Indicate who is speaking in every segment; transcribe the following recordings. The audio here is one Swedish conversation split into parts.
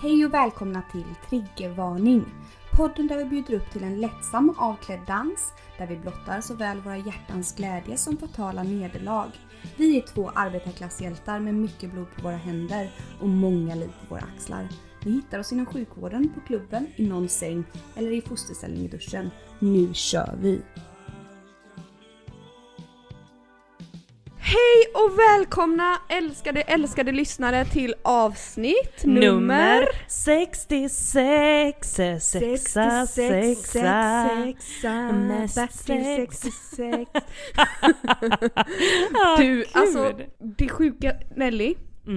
Speaker 1: Hej och välkomna till Triggervarning. Podden där vi bjuder upp till en lättsam och avklädd dans. Där vi blottar såväl våra hjärtans glädje som fatala nederlag. Vi är två arbetarklasshjältar med mycket blod på våra händer och många liv på våra axlar. Ni hittar oss inom sjukvården, på klubben, i någon säng eller i fosterställning i duschen. Nu kör vi!
Speaker 2: Hej och välkomna älskade lyssnare till avsnitt nummer
Speaker 3: 66.
Speaker 2: Du, alltså det sjuka, Nelly.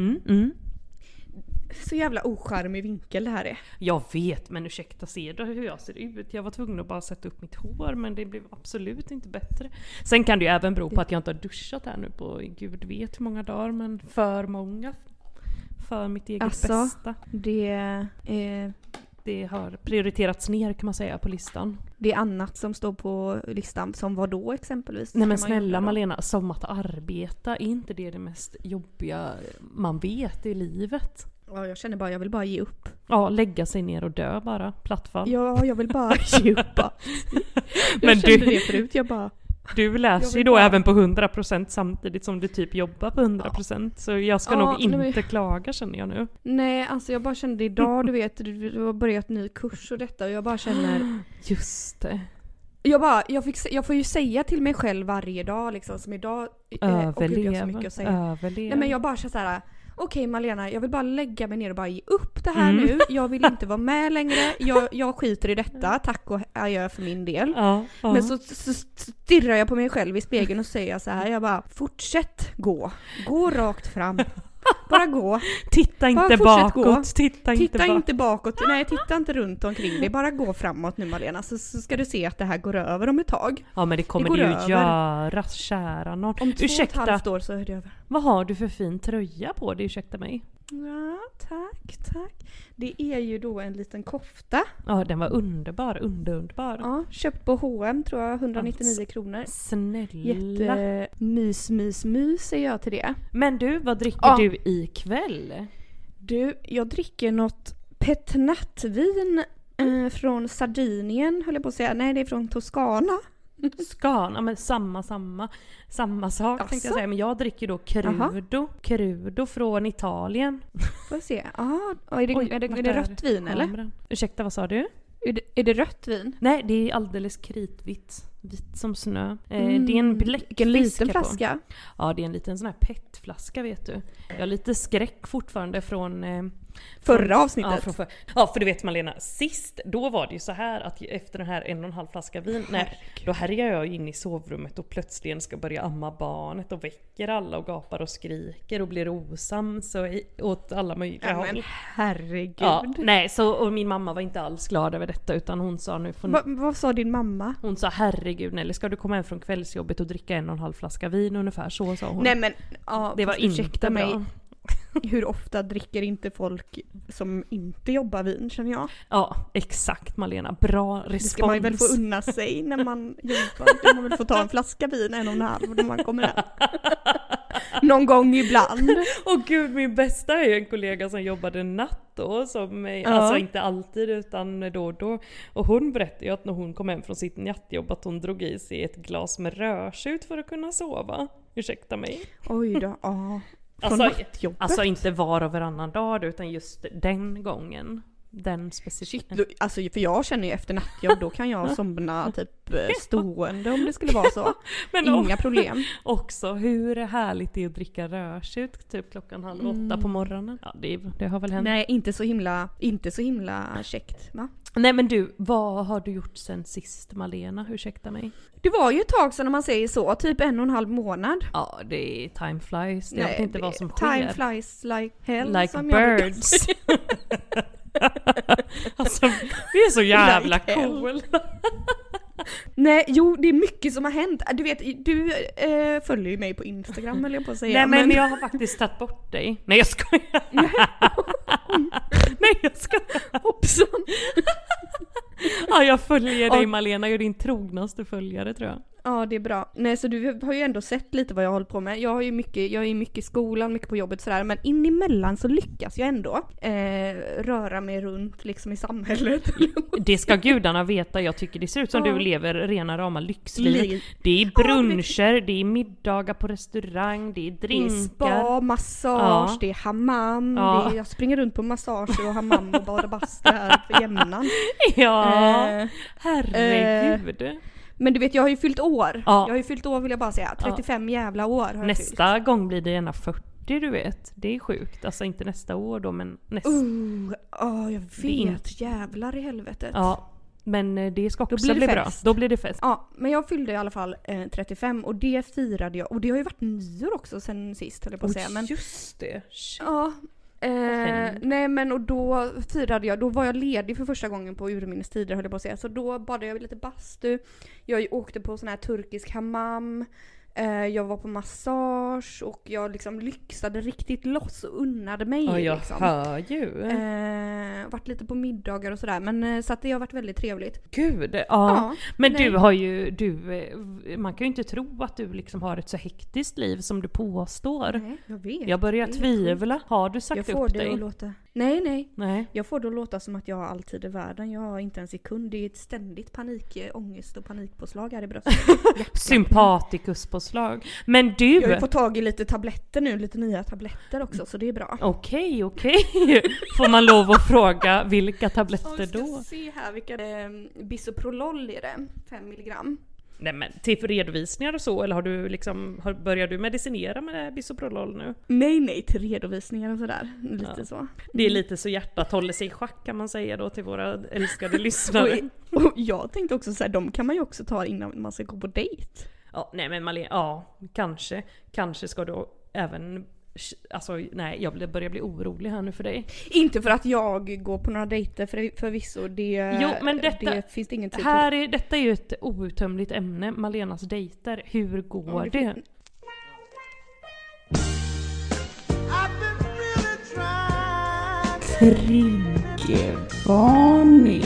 Speaker 2: Så jävla ocharmig vinkel det här är.
Speaker 3: Jag vet, men ursäkta, ser du hur jag ser ut? Jag var tvungen att bara sätta upp mitt hår, men det blev absolut inte bättre. Sen kan det ju även bero på att jag inte har duschat här nu på gud vet hur många dagar, men för många. För mitt eget bästa. Det har prioriterats ner, kan man säga, på listan.
Speaker 2: Det är annat som står på listan, som var då exempelvis.
Speaker 3: Nej men snälla Malena, som att arbeta, är inte det mest jobbiga man vet i livet?
Speaker 2: Ja, jag känner bara, jag vill bara ge upp.
Speaker 3: Ja, lägga sig ner och dö bara, plattfall.
Speaker 2: Ja, jag vill bara ge upp. Jag
Speaker 3: men
Speaker 2: kände det förut, jag bara...
Speaker 3: Du läser ju då även på 100% samtidigt som du typ jobbar på 100%. Så jag ska nog inte klaga, känner jag nu.
Speaker 2: Nej, alltså jag bara kände idag, du vet, du har börjat ny kurs och detta. Och jag bara känner...
Speaker 3: Just det.
Speaker 2: Jag får ju säga till mig själv varje dag liksom, som idag...
Speaker 3: Överlev.
Speaker 2: Jag har så mycket att säga. Nej, men jag bara känner så här... Okej Malena, jag vill bara lägga mig ner och bara ge upp det här nu. Jag vill inte vara med längre. Jag skiter i detta. Tack och adjö för min del. Men så stirrar jag på mig själv i spegeln och säger så här. Jag bara, fortsätt gå. Gå rakt fram. Bara gå.
Speaker 3: Titta inte bakåt. Titta
Speaker 2: inte bakåt. Nej, titta inte runt omkring dig. Bara gå framåt nu Malena. Så ska du se att det här går över om ett tag.
Speaker 3: Ja, men det kommer det ju göra, kära någon.
Speaker 2: Om 2,5 år så är det över.
Speaker 3: Vad har du för fin tröja på dig? Ursäkta mig.
Speaker 2: Ja, tack. Det är ju då en liten kofta.
Speaker 3: Ja, den var underbar.
Speaker 2: Ja, köpt på H&M tror jag, 199 kronor.
Speaker 3: Snälla.
Speaker 2: Jättemys säger jag till det.
Speaker 3: Men du, vad dricker du ikväll?
Speaker 2: Du, jag dricker något petnatvin från Sardinien, höll jag på att säga. Nej, det är från Toscana.
Speaker 3: Skana, men samma sak tänkte jag säga. Men jag dricker då Crudo från Italien.
Speaker 2: Får se. Är det rött vin eller?
Speaker 3: Ursäkta, vad sa du?
Speaker 2: Är det rött vin?
Speaker 3: Nej, det är alldeles kritvitt. Vitt som snö. Det är en bläckfisk.
Speaker 2: En liten flaska?
Speaker 3: Ja, det är en liten sån här petflaska, vet du. Jag har lite skräck fortfarande från...
Speaker 2: förra avsnittet.
Speaker 3: Ja, för du vet Malena, sist då var det ju så här att efter den här 1,5 flaska vin, då härjar jag in i sovrummet och plötsligen ska börja amma barnet och väcker alla och gapar och skriker och blir osams och åt alla möjliga håll.
Speaker 2: Men herregud.
Speaker 3: Ja, nej, så, och min mamma var inte alls glad över detta, utan hon sa nu...
Speaker 2: Vad sa din mamma?
Speaker 3: Hon sa, herregud Nelly, ska du komma hem från kvällsjobbet och dricka 1,5 flaska vin ungefär, så sa hon.
Speaker 2: Nej men,
Speaker 3: det var inte bra.
Speaker 2: Hur ofta dricker inte folk som inte jobbar vin, känner jag?
Speaker 3: Ja, exakt Malena. Bra respons. Det ska
Speaker 2: man väl få unna sig när man jobbar. Man vill få ta en flaska vin, 1,5 när man kommer hem. Någon gång ibland.
Speaker 3: Och gud, min bästa är en kollega som jobbade natt då. Som, alltså inte alltid utan då och då. Och hon berättade ju att när hon kom hem från sitt nattjobb att hon drog i sig ett glas med rörsut för att kunna sova. Ursäkta mig.
Speaker 2: Oj då, ja.
Speaker 3: Alltså inte var och varannan dag utan just den gången. Den specifika.
Speaker 2: Alltså för jag känner ju efter nattjobb då kan jag somna typ stående om det skulle vara så. Men inga problem.
Speaker 3: Också hur härligt det är att dricka rörsut typ 7:30 på morgonen. Ja, det har väl hänt.
Speaker 2: Nej, inte så himla käckt, va?
Speaker 3: Nej men du, vad har du gjort sen sist Malena? Ursäkta mig.
Speaker 2: Det var ju ett tag sedan, om man säger så, typ 1,5 månad.
Speaker 3: Ja, det är time flies. Jag vet inte vad som sker.
Speaker 2: Time flies like hell.
Speaker 3: Like birds. Alltså, vi är så jävla cool.
Speaker 2: Nej, jo, det är mycket som har hänt. Du vet, du följer ju mig på Instagram, eller jag på att säga.
Speaker 3: Nej, men jag har faktiskt tagit bort dig. Nej, jag skojar. Nej, jag skojar.
Speaker 2: Hoppsan.
Speaker 3: Ja, jag följer dig Malena, jag är din trognaste följare tror jag.
Speaker 2: Ja, det är bra. Nej, så du har ju ändå sett lite vad jag håller på med. Jag är mycket i skolan, mycket på jobbet sådär, men inemellan så lyckas jag ändå röra mig runt liksom i samhället.
Speaker 3: Det ska gudarna veta, jag tycker det ser ut som du lever rena rama lyxliv. Det är bruncher, det är middagar på restaurang, det är drinkar. Det är
Speaker 2: spa, massage, det är hammam, jag springer runt på massager och hammam och badar bastu här för jämnan.
Speaker 3: Ja, herregud.
Speaker 2: Men du vet, jag har ju fyllt år. Jag har ju fyllt år vill jag bara säga. 35 jävla år har jag
Speaker 3: nästa
Speaker 2: fyllt.
Speaker 3: Gång blir det gärna 40 du vet. Det är sjukt. Alltså inte nästa år då men nästa.
Speaker 2: Jag vet. Jävlar i helvetet.
Speaker 3: Ja, men det ska också bli bra. Då blir det fest.
Speaker 2: Ja, men jag fyllde i alla fall 35 och det firade jag. Och det har ju varit nyår också sen sist höll jag på att säga. Men,
Speaker 3: just det. Shit.
Speaker 2: Ja. Nej men och då firade jag, då var jag ledig för första gången på urminnes tider höll jag på att säga, så då badade jag lite bastu, jag åkte på sån här turkisk hammam, jag var på massage och jag liksom lyxade riktigt loss och unnade mig.
Speaker 3: Ja, jag
Speaker 2: liksom.
Speaker 3: hör ju.
Speaker 2: Varit lite på middagar och sådär, men så att det har varit väldigt trevligt.
Speaker 3: Gud, ja. Men nej. Du har ju, man kan ju inte tro att du liksom har ett så hektiskt liv som du påstår.
Speaker 2: Nej, jag vet.
Speaker 3: Jag börjar tvivla. Har du sagt upp dig?
Speaker 2: Att låta... Nej. Jag får det att låta som att jag alltid är världen. Jag har inte en sekund. Det är ett ständigt ångest och panikpåslag här i bröstet.
Speaker 3: Sympatikuspåslag. Men du...
Speaker 2: Jag har fått tag i lite tabletter nu. Lite nya tabletter också. Så det är bra.
Speaker 3: Okej. Får man lov att fråga vilka tabletter då?
Speaker 2: Jag ska se här vilka det är. Bisoprolol är det. 5 milligram.
Speaker 3: Nej men till för redovisningar och så, eller har du liksom, börjar du medicinera med bisoprolol nu?
Speaker 2: Nej, till redovisningar och sådär. Lite så.
Speaker 3: Det är lite så hjärtat håller sig i schack kan man säga då till våra älskade lyssnare.
Speaker 2: och jag tänkte också så här, de kan man ju också ta innan man ska gå på dejt.
Speaker 3: Ja, nej men Malena, kanske ska du även... Alltså nej, jag börjar bli orolig här nu för dig.
Speaker 2: Inte för att jag går på några dejter förvisso. Men det finns ingen tid
Speaker 3: här detta är ju ett outtömligt ämne. Malenas dejter. Hur går det?
Speaker 1: Triggervarning.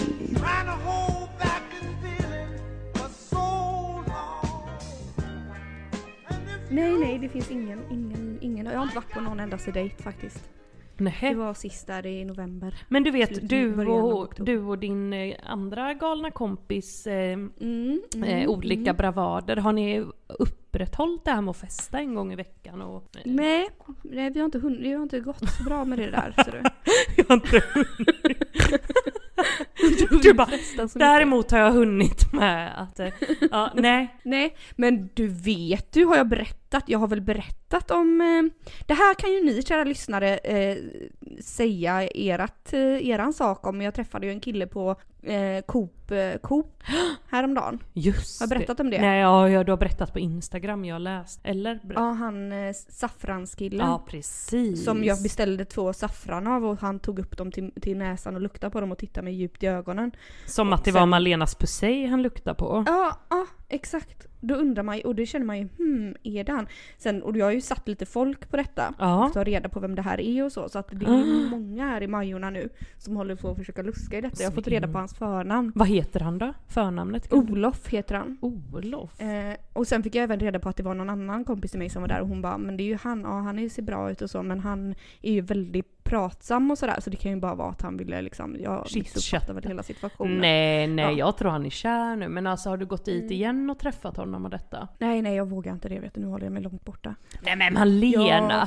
Speaker 2: Nej, det finns ingen. Jag har inte varit på någon endaste dejt faktiskt.
Speaker 3: Nej.
Speaker 2: Det var sist där i november.
Speaker 3: Men du vet, du och din andra galna kompis olika bravader, har ni upprätthållit det här med att festa en gång i veckan? Och,
Speaker 2: Nej, vi har inte gått så bra med det där. Så du.
Speaker 3: Jag har inte hunnit. Du bara, däremot har jag hunnit med att
Speaker 2: Nej, men du har jag har väl berättat om det här kan ju ni kära lyssnare säga eran sak om. Jag träffade ju en kille på Coop häromdagen.
Speaker 3: Just
Speaker 2: har jag berättat om det?
Speaker 3: Nej, du har berättat på Instagram, jag har läst. Eller?
Speaker 2: Ja, han saffranskillen.
Speaker 3: Ja, precis.
Speaker 2: Som jag beställde 2 saffran av och han tog upp dem till näsan och luktade på dem och tittade mig djupt i ögonen.
Speaker 3: Som att det var Malenas pussej han luktade på.
Speaker 2: Ja, exakt. Då undrar man ju, och det känner man ju, är det han? Sen, och jag har ju satt lite folk på detta. Ja. Och ta reda på vem det här är och så. Så att det är många här i Majorna nu som håller på att försöka luska i detta. Jag har fått reda på hans förnamn.
Speaker 3: Vad heter han då? Förnamnet?
Speaker 2: Olof heter han.
Speaker 3: Olof?
Speaker 2: Och sen fick jag även reda på att det var någon annan kompis till mig som var där. Och hon bara, men det är ju han. Ja, han ser bra ut och så. Men han är ju väldigt pratsam och sådär. Så det kan ju bara vara att han ville liksom, jag missuppfattar väl hela situationen.
Speaker 3: Nej, jag tror han är kär nu. Men alltså har du gått dit igen och träffat honom och detta?
Speaker 2: Nej, jag vågar inte det, vet du. Nu håller jag mig långt borta.
Speaker 3: Nej men Malena!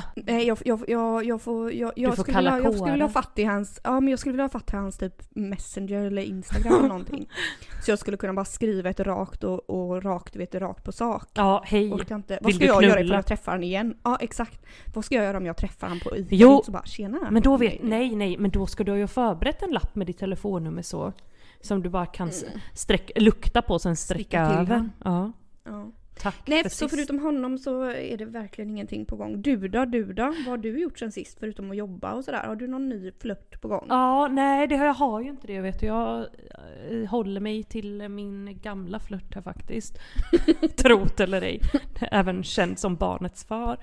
Speaker 2: Jag skulle vilja ha fatt i hans, men jag skulle vilja ha fatt i hans typ Messenger eller Instagram eller någonting. Så jag skulle kunna bara skriva ett rakt och rakt på sak.
Speaker 3: Ja, hej.
Speaker 2: Vad ska jag göra ifall jag träffar han igen? Ja, exakt. Vad ska jag göra om jag träffar han på ICA?
Speaker 3: Jo,
Speaker 2: så bara, tjena.
Speaker 3: Men då nej, men då ska du ju förberett en lapp med ditt telefonnummer så som du bara kan lukta på sen sträcka över. Ja. Tack.
Speaker 2: Nej, så förutom honom så är det verkligen ingenting på gång. Du då? Vad har du gjort sen sist förutom att jobba och sådär? Har du någon ny flört på gång?
Speaker 3: Ja, nej, jag har ju inte det, vet du. Jag håller mig till min gamla flört här faktiskt. Trot eller ej. Även känd som barnets far.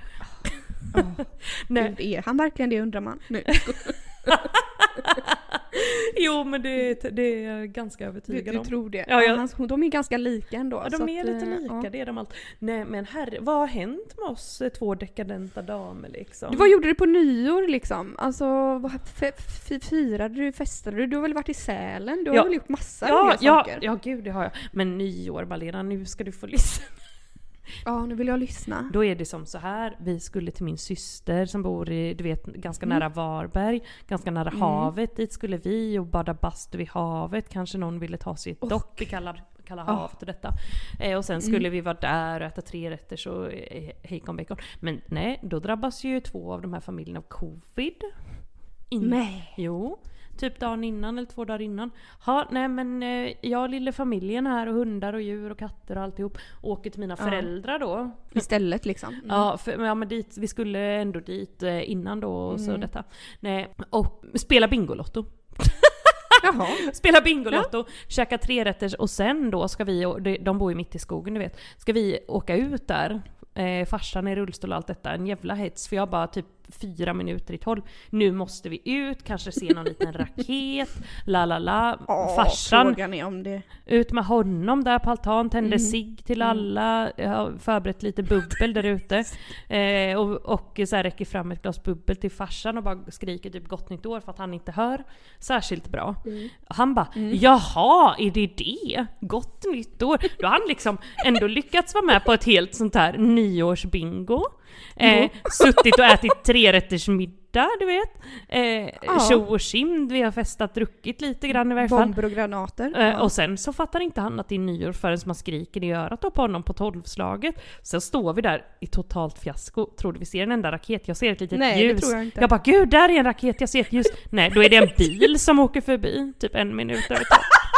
Speaker 2: Nej. Är han verkligen det, undrar man? Nej.
Speaker 3: Jo, Jo, men det är ganska övertygad om.
Speaker 2: Du tror det?
Speaker 3: Ja,
Speaker 2: de är ganska lika ändå.
Speaker 3: Ja, de är lite lika, det är de allt. Nej, men vad har hänt med oss 2 dekadenta damer liksom?
Speaker 2: Vad gjorde du på nyår liksom? Alltså, firade du, festade du? Du har väl varit i Sälen? Du har väl gjort massa roliga saker?
Speaker 3: Ja, gud, det har jag. Men nyår, Malena, nu ska du få lyssna.
Speaker 2: Ja, nu vill jag lyssna.
Speaker 3: Då är det som så här, vi skulle till min syster som bor i, du vet, ganska nära Varberg, ganska nära havet. Dit skulle vi och bada bastu vid havet. Kanske någon ville ta sig ett dopp i kalla havet och detta. Och sen skulle vi vara där och äta 3 rätter så hejkon bacon. Men nej, då drabbas ju 2 av de här familjerna av covid.
Speaker 2: Nej.
Speaker 3: Jo. Typ dagen innan eller 2 dagar innan. Nej men jag och lilla familjen här och hundar och djur och katter och alltihop åker till mina föräldrar då.
Speaker 2: Istället liksom.
Speaker 3: Ja, men dit, vi skulle ändå dit innan då och så detta. Nej, och spela Bingolotto.
Speaker 2: Jaha.
Speaker 3: Spela Bingolotto, käka 3 rätter och sen då ska vi, de bor ju mitt i skogen du vet, ska vi åka ut där. Farsan är i rullstol och allt detta, en jävla hets för jag bara typ 4 minuter i 12. Nu måste vi ut, kanske se någon liten raket. Farsan.
Speaker 2: Frågan är om det.
Speaker 3: Ut med honom där på altan, tände sig till alla. Jag har förberett lite bubbel där ute. Och så här räcker fram ett glas bubbel till farsan och bara skriker typ gott nytt år för att han inte hör särskilt bra. Han bara, jaha, är det? Gott nytt år. Då har han liksom ändå lyckats vara med på ett helt sånt här nyårsbingo. Suttit och ätit 3-rätters middag, du vet. Tjo och tjim, vi har festat, druckit lite grann i varje fall.
Speaker 2: Bomber och granater.
Speaker 3: Och sen så fattar inte han att det är nyår förrän man skriker i örat på honom på 12-slaget. Sen står vi där i totalt fiasko. Tror du vi ser en enda raket? Jag ser ett litet ljus.
Speaker 2: Det tror jag inte.
Speaker 3: Jag bara, gud, där är en raket, jag ser ett ljus. Nej, då är det en bil som åker förbi. Typ 1 minut över 12.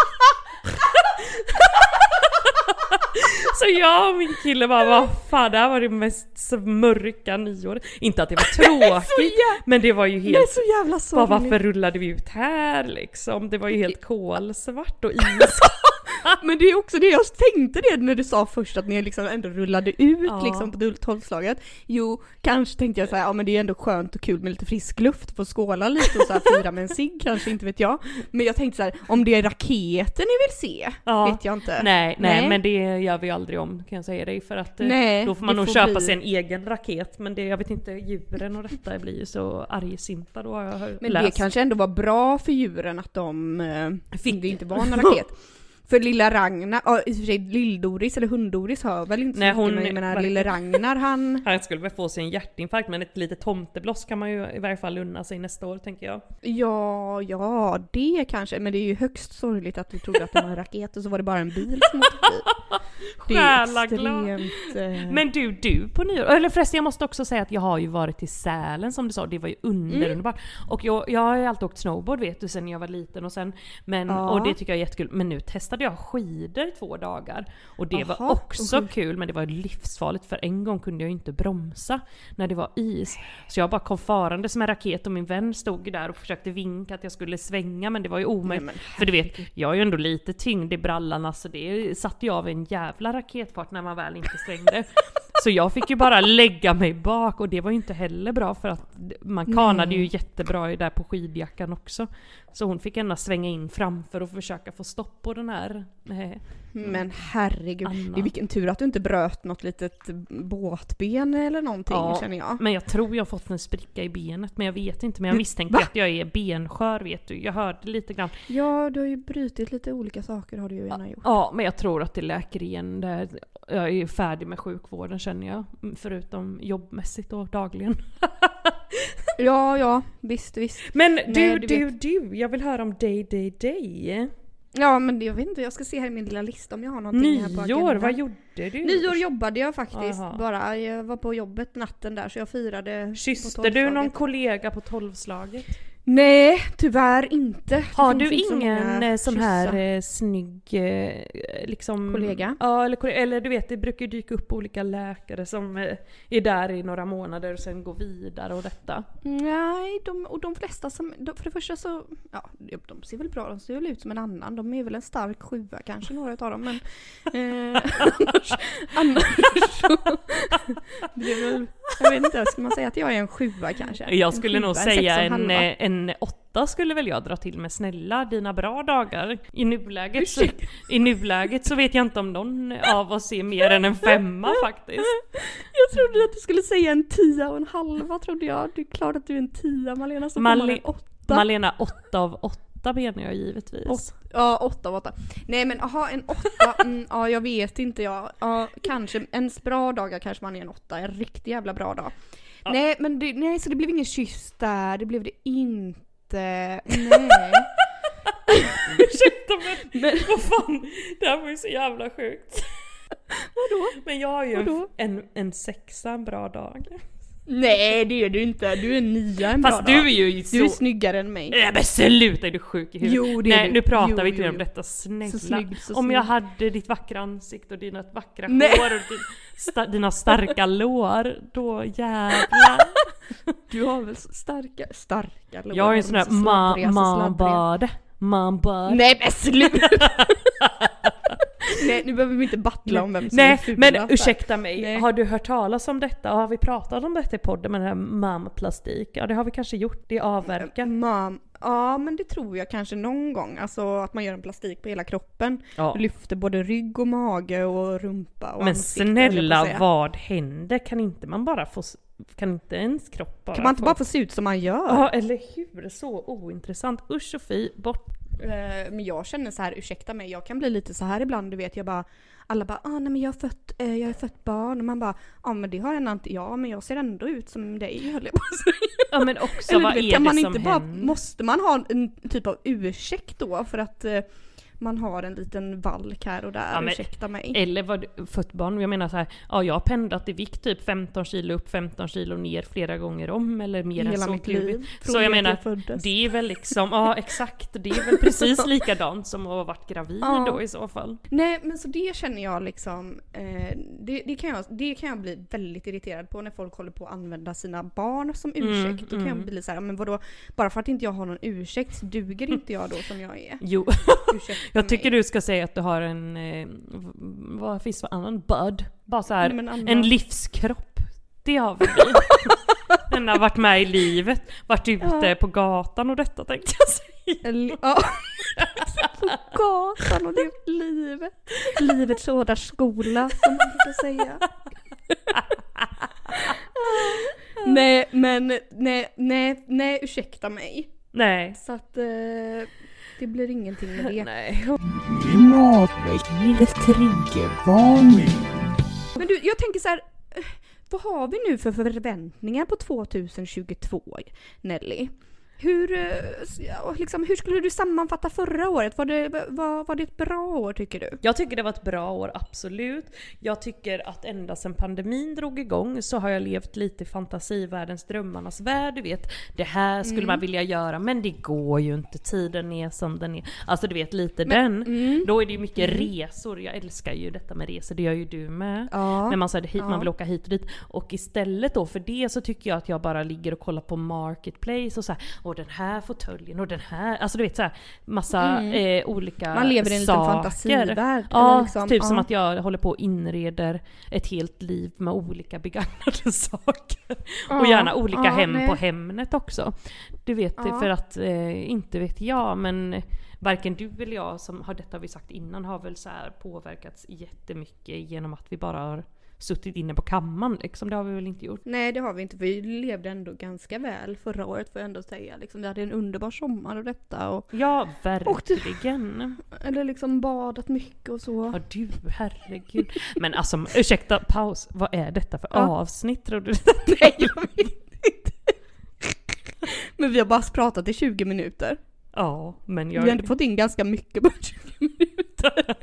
Speaker 3: Så jag och min kille bara, vad fan, det här var det mest mörka nyåret. Inte att det var tråkigt, men det var ju helt...
Speaker 2: Det är så jävla sorgligt.
Speaker 3: Varför rullade vi ut här liksom? Det var ju helt kolsvart och is.
Speaker 2: Men det är också det jag tänkte det när du sa först att ni liksom ändå rullade ut liksom på 12-slaget. Jo, kanske tänkte jag så här, ja men det är ändå skönt och kul med lite frisk luft, få skåla lite och så här fira med en cigg, kanske, inte vet jag. Men jag tänkte så här, om det är raketen ni vill se, vet jag inte.
Speaker 3: Nej, men det gör vi aldrig om, kan jag säga dig, för att då får man nog köpa sig en egen raket, men det, jag vet inte, djuren och detta blir ju så argsinta då, har jag läst.
Speaker 2: Men det kanske ändå var bra för djuren att det inte var en raket. För lilla Ragnar, i och för sig Lill-Doris eller Hund-Doris hör väl inte så mycket, men jag menar lilla Ragnar han
Speaker 3: skulle väl få sig en hjärtinfarkt, men ett litet tomtebloss kan man ju i varje fall unna sig nästa år, tänker jag.
Speaker 2: Ja, det kanske, men det är ju högst sorgligt att du trodde att det var en raket och så var det bara en bil som åkte förbi. Det är extremt...
Speaker 3: Men du på nyår, eller förresten jag måste också säga att jag har ju varit i Sälen som du sa, det var ju underbart. Och jag har ju alltid åkt snowboard, vet du, sen jag var liten och sen, och det tycker jag är jättekul, men nu testade jag skidor 2 dagar och det var också kul, men det var livsfarligt för en gång kunde jag ju inte bromsa när det var is, så jag bara kom farande som en raket och min vän stod där och försökte vinka att jag skulle svänga, men det var ju omöjligt, för du vet, jag är ju ändå lite tyngd i brallan, så det satte jag av en jävla raketfart när man väl inte svängde. Så jag fick ju bara lägga mig bak och det var ju inte heller bra, för att man kanade ju jättebra där på skidjackan också. Så hon fick ändå svänga in framför och försöka få stopp på den här.
Speaker 2: Men herregud, det är vilken tur att du inte bröt något litet båtben eller någonting, känner jag.
Speaker 3: Men jag tror jag har fått en spricka i benet, men jag vet inte. Men jag misstänker att jag är benskör, vet du. Jag hörde lite grann.
Speaker 2: Ja, du har ju brutit lite olika saker, har du ju gärna gjort.
Speaker 3: Ja, men jag tror att det läker igen där. Jag är färdig med sjukvården, känner jag. Förutom jobbmässigt och dagligen.
Speaker 2: Ja, visst.
Speaker 3: Men du, jag vill höra om dig.
Speaker 2: Ja, men jag vet inte, jag ska se här i min lilla lista om jag har någonting här på agendan.
Speaker 3: Nyår, vad gjorde du?
Speaker 2: Nyår jobbade jag faktiskt bara. Jag var på jobbet natten där, så jag firade.
Speaker 3: Kysste du någon kollega på 12-slaget?
Speaker 2: Nej, tyvärr inte.
Speaker 3: Har du ingen sån här snygg liksom
Speaker 2: kollega?
Speaker 3: Ja, eller du vet, det brukar dyka upp olika läkare som är där i några månader och sen går vidare och detta.
Speaker 2: Nej, de flesta för det första så, ja, de ser väl bra, de ser väl ut som en annan. De är väl en stark 7 kanske, några utav dem, men annars så det är väl, jag vet inte, ska man säga att jag är en 7 kanske?
Speaker 3: Jag skulle nog säga en 8 skulle väl jag dra till med, snälla, dina bra dagar. I nuläget så vet jag inte om någon av oss är mer än en 5 faktiskt.
Speaker 2: Jag trodde att du skulle säga en 10,5, trodde jag. Det är klart att du är en 10, Malena, så får man en 8.
Speaker 3: Malena, 8 av 8 menar jag givetvis.
Speaker 2: 8 av 8. Nej men en 8, ja jag vet inte jag. Kanske, ens bra dagar kanske man är en 8, en riktigt jävla bra dag. Ja. Nej men så det blev ingen kyss där, det blev det inte. Nej.
Speaker 3: Ursäkta men vad fan, det här var ju så jävla sjukt.
Speaker 2: Vadå?
Speaker 3: Men jag har ju en 6 en bra dag.
Speaker 2: Nej det är du inte, du är 9 en bra dag.
Speaker 3: Fast du är ju så...
Speaker 2: Du är snyggare än mig.
Speaker 3: Nej men sluta, är du sjuk i huvudet?
Speaker 2: Jo, det är
Speaker 3: nej,
Speaker 2: du.
Speaker 3: Nu pratar vi inte om detta, snälla.
Speaker 2: Så
Speaker 3: om jag hade ditt vackra ansikte och dina vackra hår och dina starka lår, då jävlar.
Speaker 2: Du har väl starka lår?
Speaker 3: Jag är en sån här man bad.
Speaker 2: Nej men sluta. Nej, nu behöver vi inte battla om vem som är fulast.
Speaker 3: Men ursäkta mig, nej. Har du hört talas om detta? Har vi pratat om detta i podden med den här mamplastik? Ja, det har vi kanske gjort, det är avverkan.
Speaker 2: Ja, men det tror jag kanske någon gång. Alltså att man gör en plastik på hela kroppen. Ja. Lyfter både rygg och mage och rumpa och
Speaker 3: men
Speaker 2: ansikte.
Speaker 3: Men snälla, vad händer? Kan inte man bara få... Kan inte ens kropp bara...
Speaker 2: Kan man inte bara få se ut som man gör?
Speaker 3: Ja, eller hur? Så ointressant. Usch och fy, bort.
Speaker 2: Men jag känner så här, ursäkta mig, jag kan bli lite så här ibland, du vet, jag bara, alla bara, nej men jag har fött barn, och man bara, men det har jag inte, men jag ser ändå ut som dig, höll jag på att säga.
Speaker 3: Ja men också,
Speaker 2: eller,
Speaker 3: vad
Speaker 2: vet,
Speaker 3: är
Speaker 2: kan
Speaker 3: det
Speaker 2: man
Speaker 3: som
Speaker 2: inte
Speaker 3: händer?
Speaker 2: Bara, måste man ha en typ av ursäkt då för att man har en liten valk här och där, ja, ursäkta mig.
Speaker 3: Eller vad fött barn, jag menar så här, jag har pendlat i vikt typ 15 kilo upp, 15 kilo ner flera gånger om, eller mer än så.
Speaker 2: Mitt liv.
Speaker 3: Så jag menar, det är väl liksom, ja exakt, det är väl precis likadant som att ha varit gravid då i så fall.
Speaker 2: Nej, men så det känner jag liksom, det kan jag bli väldigt irriterad på när folk håller på att använda sina barn som ursäkt. Då kan jag bli så här, men vadå, bara för att inte jag har någon ursäkt så duger inte jag då som jag är.
Speaker 3: Jo. Jag tycker du ska säga att du har en vad finns för annan bud? Bara så här, en livskropp. Det har vi. Den har varit med i livet, varit ute på gatan och detta, tänkte jag säga.
Speaker 2: På gatan och det livet. Livets hårda skola, som man brukar säga. Nej, ursäkta mig.
Speaker 3: Nej.
Speaker 2: Så att det blir ingenting med det.
Speaker 3: Nej.
Speaker 4: Klimatväckningens triggervarning.
Speaker 2: Men du, jag tänker så här, vad har vi nu för förväntningar på 2022, Nelly? Hur skulle du sammanfatta förra året? Var det ett bra år, tycker du?
Speaker 3: Jag tycker det var ett bra år, absolut. Jag tycker att ända sedan pandemin drog igång så har jag levt lite i fantasivärldens, drömmarnas värld. Du vet, det här skulle man vilja göra, men det går ju inte. Tiden är som den är. Alltså du vet, lite Då är det ju mycket resor. Jag älskar ju detta med resor, det gör ju du med.
Speaker 2: Ja.
Speaker 3: När man säger hit, man vill åka hit och dit. Och istället då för det så tycker jag att jag bara ligger och kollar på Marketplace och så här, och den här fåtöljen och den här, alltså du vet så här, massa olika
Speaker 2: man lever i en liten
Speaker 3: saker.
Speaker 2: Fantasivärld.
Speaker 3: Ja,
Speaker 2: liksom,
Speaker 3: typ som att jag håller på och inreder ett helt liv med olika begagnade saker. Och gärna olika hem på Hemnet också. Du vet, för att, inte vet jag, men varken du eller jag, som har detta vi sagt innan, har väl så här påverkats jättemycket genom att vi bara har suttit inne på kammaren, liksom. Det har vi väl inte gjort?
Speaker 2: Nej, det har vi inte. Vi levde ändå ganska väl förra året, får jag ändå säga. Liksom, vi hade en underbar sommar och detta. Och,
Speaker 3: ja, verkligen.
Speaker 2: Eller liksom badat mycket och så.
Speaker 3: Ja, du, herregud. Men alltså, ursäkta, paus. Vad är detta för avsnitt, tror du?
Speaker 2: Nej, jag vet inte. Men vi har bara pratat i 20 minuter.
Speaker 3: Ja, men
Speaker 2: vi har inte fått in ganska mycket på 20 minuter.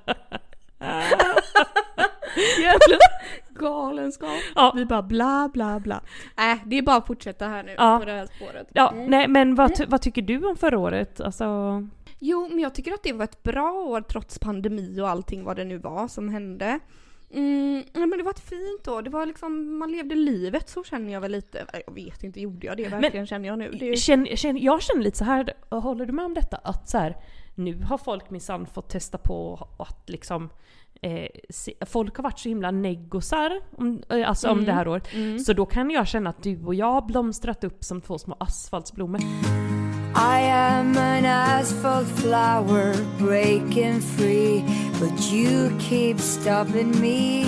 Speaker 2: Jävla galenskap. Ja. Vi bara bla bla bla. Det är bara att fortsätta här nu på det här spåret.
Speaker 3: Ja, nej, men vad tycker du om förra året? Alltså...
Speaker 2: Jo, men jag tycker att det var ett bra år trots pandemi och allting vad det nu var som hände. Men det var ett fint då. Det var liksom, man levde livet, så känner jag väl lite. Jag vet inte, gjorde jag det verkligen, känner jag nu.
Speaker 3: Jag känner lite så här, håller du med om detta? Att så här, nu har folk minsann fått testa på att liksom folk har varit så himla neggosar om det här året. Så då kan jag känna att du och jag blomstrat upp som 2 små asfaltsblommor.
Speaker 5: I am an asphalt flower breaking free, but you keep stopping me.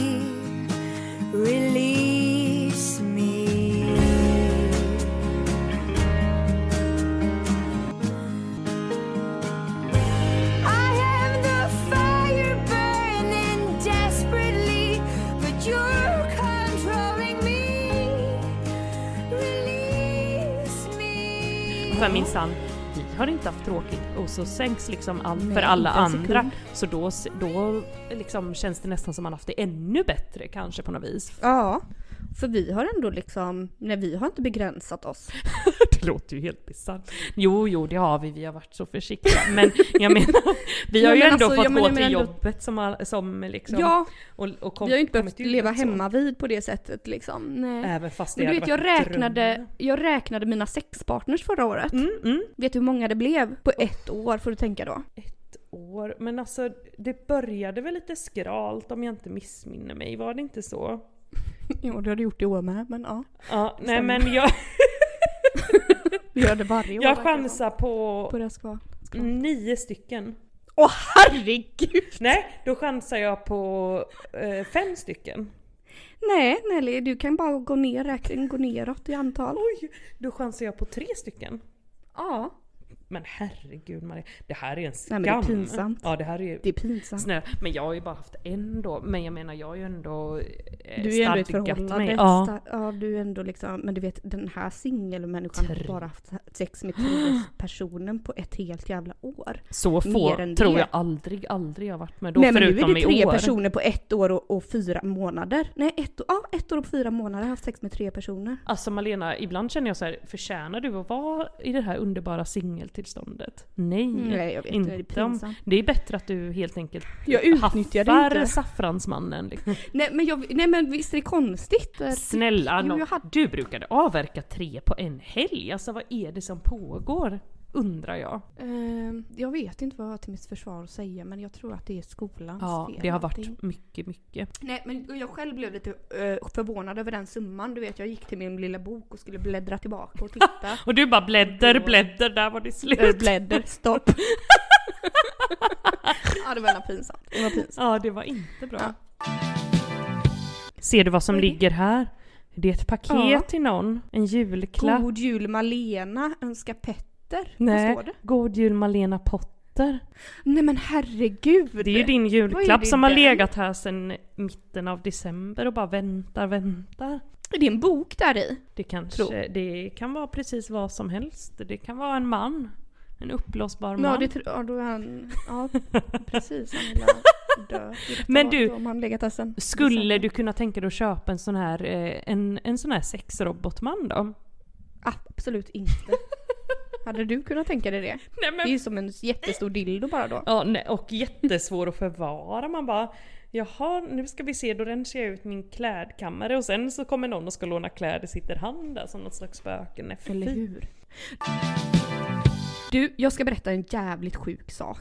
Speaker 5: Release me. I am the fire burning desperately, but you're controlling me. Release me.
Speaker 3: För minsann, vi har inte haft tråkigt och så sänks liksom allt för alla andra. Så då liksom känns det nästan som man haft det ännu bättre kanske på något vis.
Speaker 2: Ja, för vi har ändå liksom, vi har inte begränsat oss.
Speaker 3: Det låter ju helt bisarrt. Jo, det har vi har varit så försiktiga. Men jag menar, vi har ju ändå fått gå till jobbet som liksom... Ja,
Speaker 2: och vi har ju inte behövt leva hemma vid på det sättet liksom. Nej.
Speaker 3: Även fast det
Speaker 2: men du vet, jag räknade mina sexpartners förra året. Vet du hur många det blev? På 1 år får du tänka då.
Speaker 3: 1 år? Men alltså, det började väl lite skralt om jag inte missminner mig. Var det inte så?
Speaker 2: Jo, det har du gjort i år med, men ja.
Speaker 3: Ja, nej men jag...
Speaker 2: Vi gör det varje år.
Speaker 3: Jag chansar på
Speaker 2: det ska
Speaker 3: 9 stycken.
Speaker 2: Åh, herregud!
Speaker 3: Nej, då chansar jag på 5 stycken.
Speaker 2: Nej, Nelly, du kan bara gå neråt i antal.
Speaker 3: Oj, då chansar jag på 3 stycken.
Speaker 2: Ja.
Speaker 3: Men herregud Maria, det här är en skam.
Speaker 2: Nej, men det är pinsamt.
Speaker 3: Ja, det här är
Speaker 2: pinsamt.
Speaker 3: Snälla, men jag har ju bara haft en då. Men jag menar, jag har ju ändå
Speaker 2: du är ändå ett förhållande.
Speaker 3: Ja,
Speaker 2: du är ändå liksom, men du vet, den här singelmänniskan har bara haft sex med 10 personen på ett helt jävla år.
Speaker 3: Så få tror jag aldrig har varit med då.
Speaker 2: Nej, men
Speaker 3: förutom
Speaker 2: nu är det 3
Speaker 3: år.
Speaker 2: personer på 1 år och 4 månader. Nej, 1 år och 4 månader har jag haft sex med 3 personer.
Speaker 3: Alltså Malena, ibland känner jag så här, förtjänar du att vara i det här underbara singeltillståndet? Nej,
Speaker 2: jag vet inte. Det är pinsamt.
Speaker 3: Det är bättre att du helt enkelt
Speaker 2: haffar
Speaker 3: saffransmannen. Liksom.
Speaker 2: Nej, men visst är det konstigt?
Speaker 3: Snälla, du brukade avverka 3 på en helg. Alltså vad är det som pågår? Undrar jag.
Speaker 2: Jag vet inte vad jag har till mitt försvar att säga, men jag tror att det är skolans fel.
Speaker 3: Ja, det har varit mycket.
Speaker 2: Nej, men jag själv blev lite förvånad över den summan. Du vet, jag gick till min lilla bok och skulle bläddra tillbaka och titta.
Speaker 3: Och du bara blädder, där var det slut.
Speaker 2: Blädder, stopp. Ja, det var pinsamt.
Speaker 3: Ja, det var inte bra. Ja. Ser du vad som ligger här? Det är ett paket till någon. En julklapp.
Speaker 2: God jul Malena, önskar Petter.
Speaker 3: Nej, God jul Malena Potter.
Speaker 2: Nej men herregud.
Speaker 3: Det är ju din julklapp som har legat här sedan mitten av december och bara väntar.
Speaker 2: Är det en bok där i?
Speaker 3: Det kan vara precis vad som helst. Det kan vara en man. En uppblåsbar man.
Speaker 2: Då är han... Ja, precis. Han vill dö.
Speaker 3: Men du, skulle du kunna tänka dig att köpa en sån här sexrobotman då?
Speaker 2: Absolut inte. Hade du kunnat tänka dig det? Nej, men... Det är ju som en jättestor dildo bara då.
Speaker 3: Ja, nej, och jättesvår att förvara. Man bara, jaha, nu ska vi se, då rensar jag ut min klädkammare och sen så kommer någon och ska låna kläder, sitter han där som något slags spöken.
Speaker 2: Eller hur? Du, jag ska berätta en jävligt sjuk sak.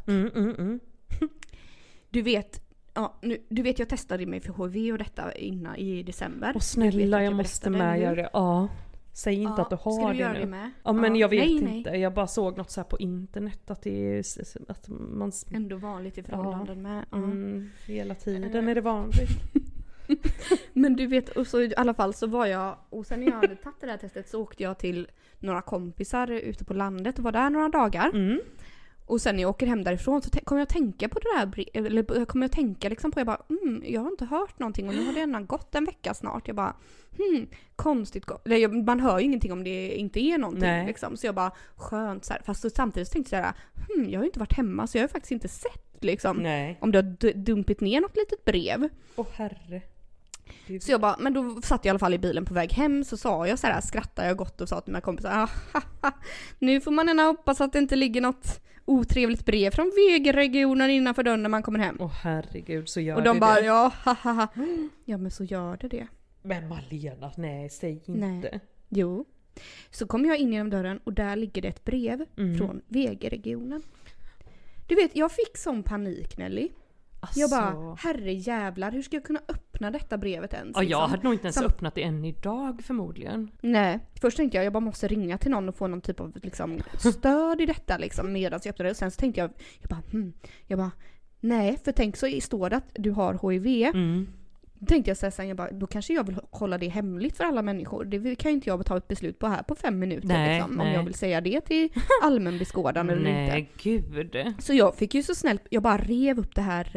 Speaker 2: Du vet, jag testade mig för HIV och detta innan i december.
Speaker 3: Och snälla, jag måste med göra det. Ja. Säg inte att du har
Speaker 2: ska du
Speaker 3: det
Speaker 2: göra
Speaker 3: nu.
Speaker 2: Det med?
Speaker 3: Ja, men jag vet inte. Jag bara såg något så här på internet att det är att man
Speaker 2: ändå vanligt i förhållanden med.
Speaker 3: Hela tiden är det vanligt.
Speaker 2: Men du vet, och så i alla fall så var jag, och sen när jag hade tagit det här testet så åkte jag till några kompisar ute på landet och var där några dagar. Och sen när jag åker hem därifrån så kommer jag tänka på det här, eller kommer jag tänka liksom på, jag bara, jag har inte hört någonting och nu har det ändå gått en vecka snart. Jag bara, konstigt. Man hör ju ingenting om det inte är någonting liksom. Så jag bara, skönt så här. Fast samtidigt så tänkte jag så här, jag har ju inte varit hemma så jag har ju faktiskt inte sett liksom om det har dumpit ner något litet brev.
Speaker 3: Åh herre.
Speaker 2: Så jag bara, men då satt jag i alla fall i bilen på väg hem, så sa jag så här, skrattade jag gott och sa till mina kompisar, nu får man gärna hoppas att det inte ligger något otrevligt brev från vägregionen innanför dörren när man kommer hem.
Speaker 3: Åh herregud, så gör
Speaker 2: och
Speaker 3: det
Speaker 2: de bara,
Speaker 3: det.
Speaker 2: ja, hahaha. Ja, men så gör det.
Speaker 3: Men Malena, nej, säg inte.
Speaker 2: Nej. Jo. Så kommer jag in genom dörren och där ligger det ett brev från vägregionen. Du vet, jag fick sån panik, Nelly.
Speaker 3: Alltså...
Speaker 2: Jag bara, herre jävlar, hur ska jag kunna öppna detta brevet ens?
Speaker 3: Ja,
Speaker 2: liksom?
Speaker 3: jag hade nog inte ens öppnat det än idag förmodligen.
Speaker 2: Nej, först tänkte jag bara måste ringa till någon och få någon typ av liksom, stöd i detta liksom, medan jag öppnade det. Och sen så tänkte jag bara, nej, för tänk så står det att du har HIV. Då tänkte jag sen, då kanske jag vill hålla det hemligt för alla människor. Det kan ju inte jag ta ett beslut på här på 5 minuter.
Speaker 3: Nej,
Speaker 2: liksom,
Speaker 3: nej.
Speaker 2: om jag vill säga det till allmän beskådan eller inte.
Speaker 3: Nej, gud.
Speaker 2: Så jag fick ju så snällt, jag bara rev upp det här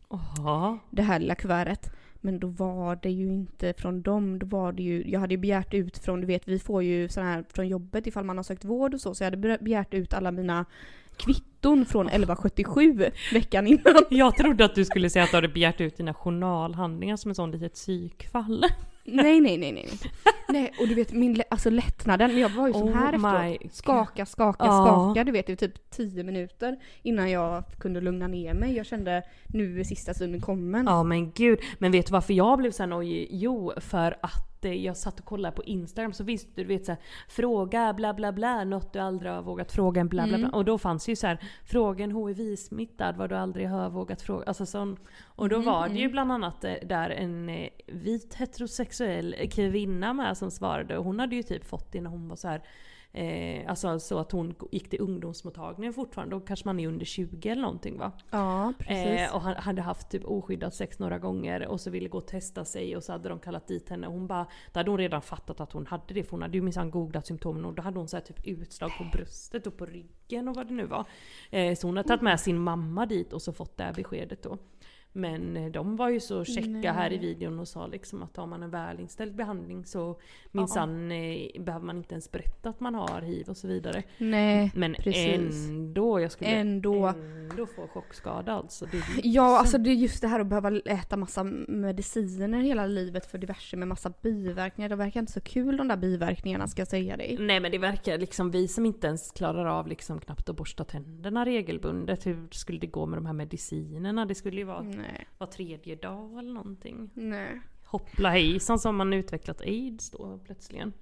Speaker 2: lilla kuvertet. Men då var det ju inte från dem, då var det ju, jag hade ju begärt ut från, du vet, vi får ju sån här från jobbet ifall man har sökt vård och så jag hade begärt ut alla mina kvitton från 1177 veckan innan.
Speaker 3: Jag trodde att du skulle säga att du hade begärt ut dina journalhandlingar som en sån litet psykfall.
Speaker 2: Nej. Nej, och du vet, lättnaden, jag var ju sån här efteråt. Skaka, du vet, i typ 10 minuter innan jag kunde lugna ner mig. Jag kände, nu är sista stunden kommen.
Speaker 3: Ja, men gud. Men vet du varför jag blev så här nojig? Jo, för att jag satt och kollade på Instagram så visst, du vet så här, fråga bla bla bla, något du aldrig har vågat fråga en bla bla bla. Och då fanns ju så här, fråga en HIV-smittad vad du aldrig har vågat fråga. Alltså sån. Och då var det ju bland annat där en vit heterosexuell kvinna med som svarade. Och hon hade ju typ fått det när hon var så här, alltså så att hon gick till ungdomsmottagningen fortfarande. Då kanske man är under 20 eller någonting, va?
Speaker 2: Ja, precis.
Speaker 3: Och han hade haft typ oskyddat sex några gånger och så ville gå och testa sig och så hade de kallat dit henne. Och hon bara, då hade hon redan fattat att hon hade det, för hon hade ju minsann googlat symptomen och då hade hon så här typ utslag på bröstet och på ryggen och vad det nu var. Så hon hade tagit med sin mamma dit och så fått det här beskedet då. Men de var ju så checka här i videon och sa liksom att har man en välinställd behandling så minsann behöver man inte ens berätta att man har HIV och så vidare.
Speaker 2: Nej,
Speaker 3: men
Speaker 2: precis.
Speaker 3: Jag skulle ändå få chockskada alltså.
Speaker 2: Alltså det är just det här att behöva äta massa mediciner hela livet för diverse med massa biverkningar. Det verkar inte så kul de där biverkningarna, ska jag säga dig.
Speaker 3: Nej, men det verkar liksom vi som inte ens klarar av liksom knappt att borsta tänderna regelbundet. Hur skulle det gå med de här medicinerna? Det skulle ju vara var 3:e dag eller någonting.
Speaker 2: Nej.
Speaker 3: Hoppla hejsan som man utvecklat AIDS då plötsligen.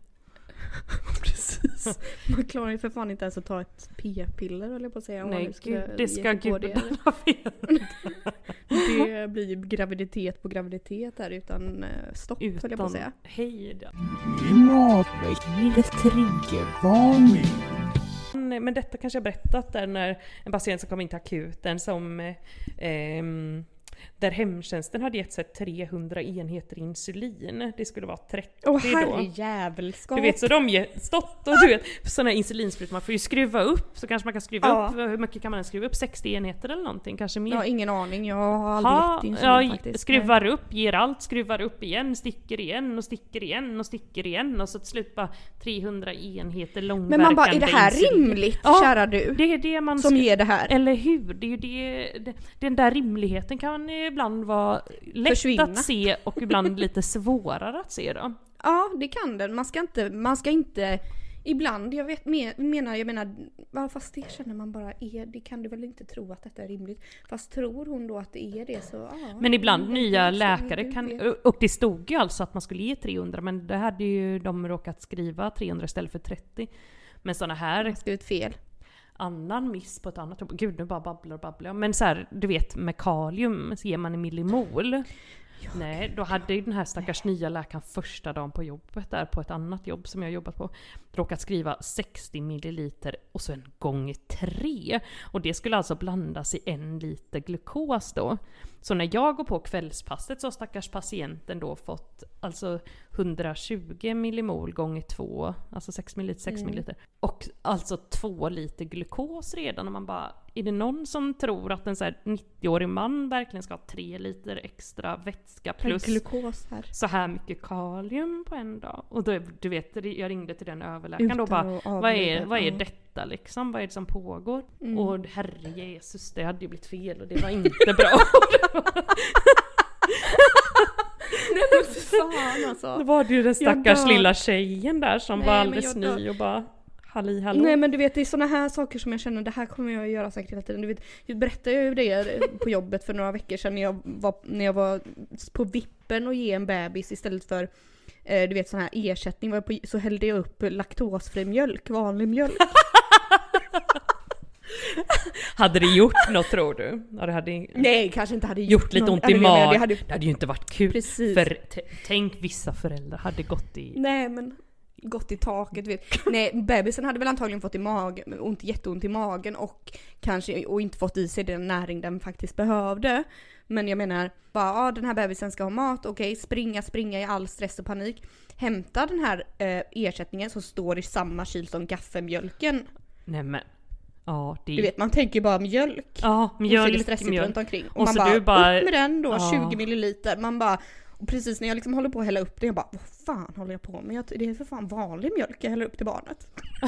Speaker 2: Precis. Man klarar ju för fan inte ens att ta ett p-piller eller på att säga.
Speaker 3: Nej, det ska gudarna veta.
Speaker 2: Det blir ju graviditet på graviditet här utan stopp, höll jag på att säga.
Speaker 3: Hejda.
Speaker 4: Triggervarning.
Speaker 3: Men detta kanske jag berättat där när en patient som kom in till akuten som där hemtjänsten hade gett sig 300 enheter insulin. Det skulle vara 30 då.
Speaker 2: Herrejävelskap.
Speaker 3: Du vet, så de stått och du vet, sådana insulinsprutor, man får ju skruva upp, så kanske man kan skruva upp, hur mycket kan man skruva upp? 60 enheter eller någonting, kanske mer.
Speaker 2: Ja, ingen aning, jag har aldrig gett insulin faktiskt.
Speaker 3: Skruvar upp, ger allt, skruvar upp igen, sticker igen och sticker igen och sticker igen och så till slut bara 300 enheter långverkande.
Speaker 2: Men man bara, är det här rimligt, kära du?
Speaker 3: Det är det man
Speaker 2: som ger det här.
Speaker 3: Eller hur? Det är ju det, den där rimligheten kan ibland vara lätt att se och ibland lite svårare att se då.
Speaker 2: Ja, det kan den. Man ska inte ibland, jag menar, fast det känner man bara det kan du väl inte tro att detta är rimligt. Fast tror hon då att det är det så ja.
Speaker 3: Men ibland nya läkare kan, och det stod ju alltså att man skulle ge 300, men det hade ju de råkat skriva 300 istället för 30. Men såna här
Speaker 2: har skrivit fel.
Speaker 3: Annan miss på ett annat jobb. Gud, nu bara babblar. Men så här, du vet, med kalium så ger man i millimol. Ja, nej, då hade ju den här stackars nya läkaren första dagen på jobbet där på ett annat jobb som jag jobbat på råkat skriva 60 milliliter och så en gång 3. Och det skulle alltså blandas i 1 liter glukos då. Så när jag går på kvällspasset så har stackars patienten då fått alltså 120 millimol gånger 2, alltså 6 milliliter. Och alltså 2 liter glukos redan. Och man bara, är det någon som tror att en så här 90-årig man verkligen ska ha 3 liter extra vätska plus
Speaker 2: glukos här.
Speaker 3: Så här mycket kalium på en dag? Och då, du vet, jag ringde till den överläkaren då bara, vad är detta liksom? Vad är det som pågår? Och herre Jesus, det hade ju blivit fel och det var inte bra.
Speaker 2: Nej, men för fan alltså.
Speaker 3: Då var det ju den stackars lilla tjejen där som var alldeles ny och bara, Halli hallå.
Speaker 2: Nej men du vet, det är såna här saker som jag känner, det här kommer jag att göra säkert hela tiden. Du vet, jag berättade ju det på jobbet för några veckor sedan när jag var på vippen och ge en bebis istället för du vet sån här ersättning, så hällde jag upp laktosfri mjölk, vanlig mjölk.
Speaker 3: Hade det gjort något tror du? Ja, det hade...
Speaker 2: Nej, kanske inte hade
Speaker 3: gjort lite ont i magen.
Speaker 2: Det hade
Speaker 3: ju inte varit kul.
Speaker 2: Precis.
Speaker 3: För tänk vissa föräldrar hade gått i...
Speaker 2: Nej men gått i taket vet. Nej, bebisen hade väl antagligen fått jätteont i magen och inte fått i sig den näring den faktiskt behövde. Men jag menar, bara den här bebisen ska ha mat, okej, springa i all stress och panik. Hämta den här ersättningen som står i samma kyl som gaffelmjölken.
Speaker 3: Nej men, ja det...
Speaker 2: Du vet, man tänker bara mjölk.
Speaker 3: Ja, mjölk.
Speaker 2: Och så är det stressigt runt omkring. Och man
Speaker 3: så
Speaker 2: bara,
Speaker 3: du bara,
Speaker 2: upp med den då, 20 milliliter. Man bara, och precis när jag liksom håller på att hälla upp det, jag bara, vad fan håller jag på med? Det är för fan vanlig mjölk jag häller upp till barnet.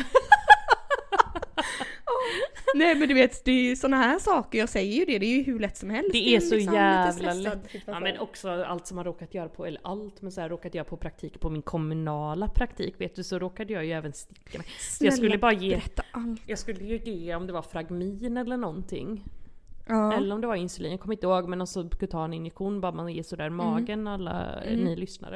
Speaker 2: Nej men du vet, det är ju såna här saker, jag säger ju det är ju hur lätt som helst.
Speaker 3: Det är så
Speaker 2: liksom
Speaker 3: jävla lätt. Ja men också allt som man råkat göra på, eller allt, men så här råkat göra på praktik, på min kommunala praktik, vet du, så råkade jag ju även sticka mig. Så jag skulle bara ge, jag skulle ju ge om det var Fragmin eller någonting. Ja. Eller om det var insulin, jag kommer inte ihåg, men alltså kunde ta en injektion, bara man ger sådär magen, alla ni lyssnare.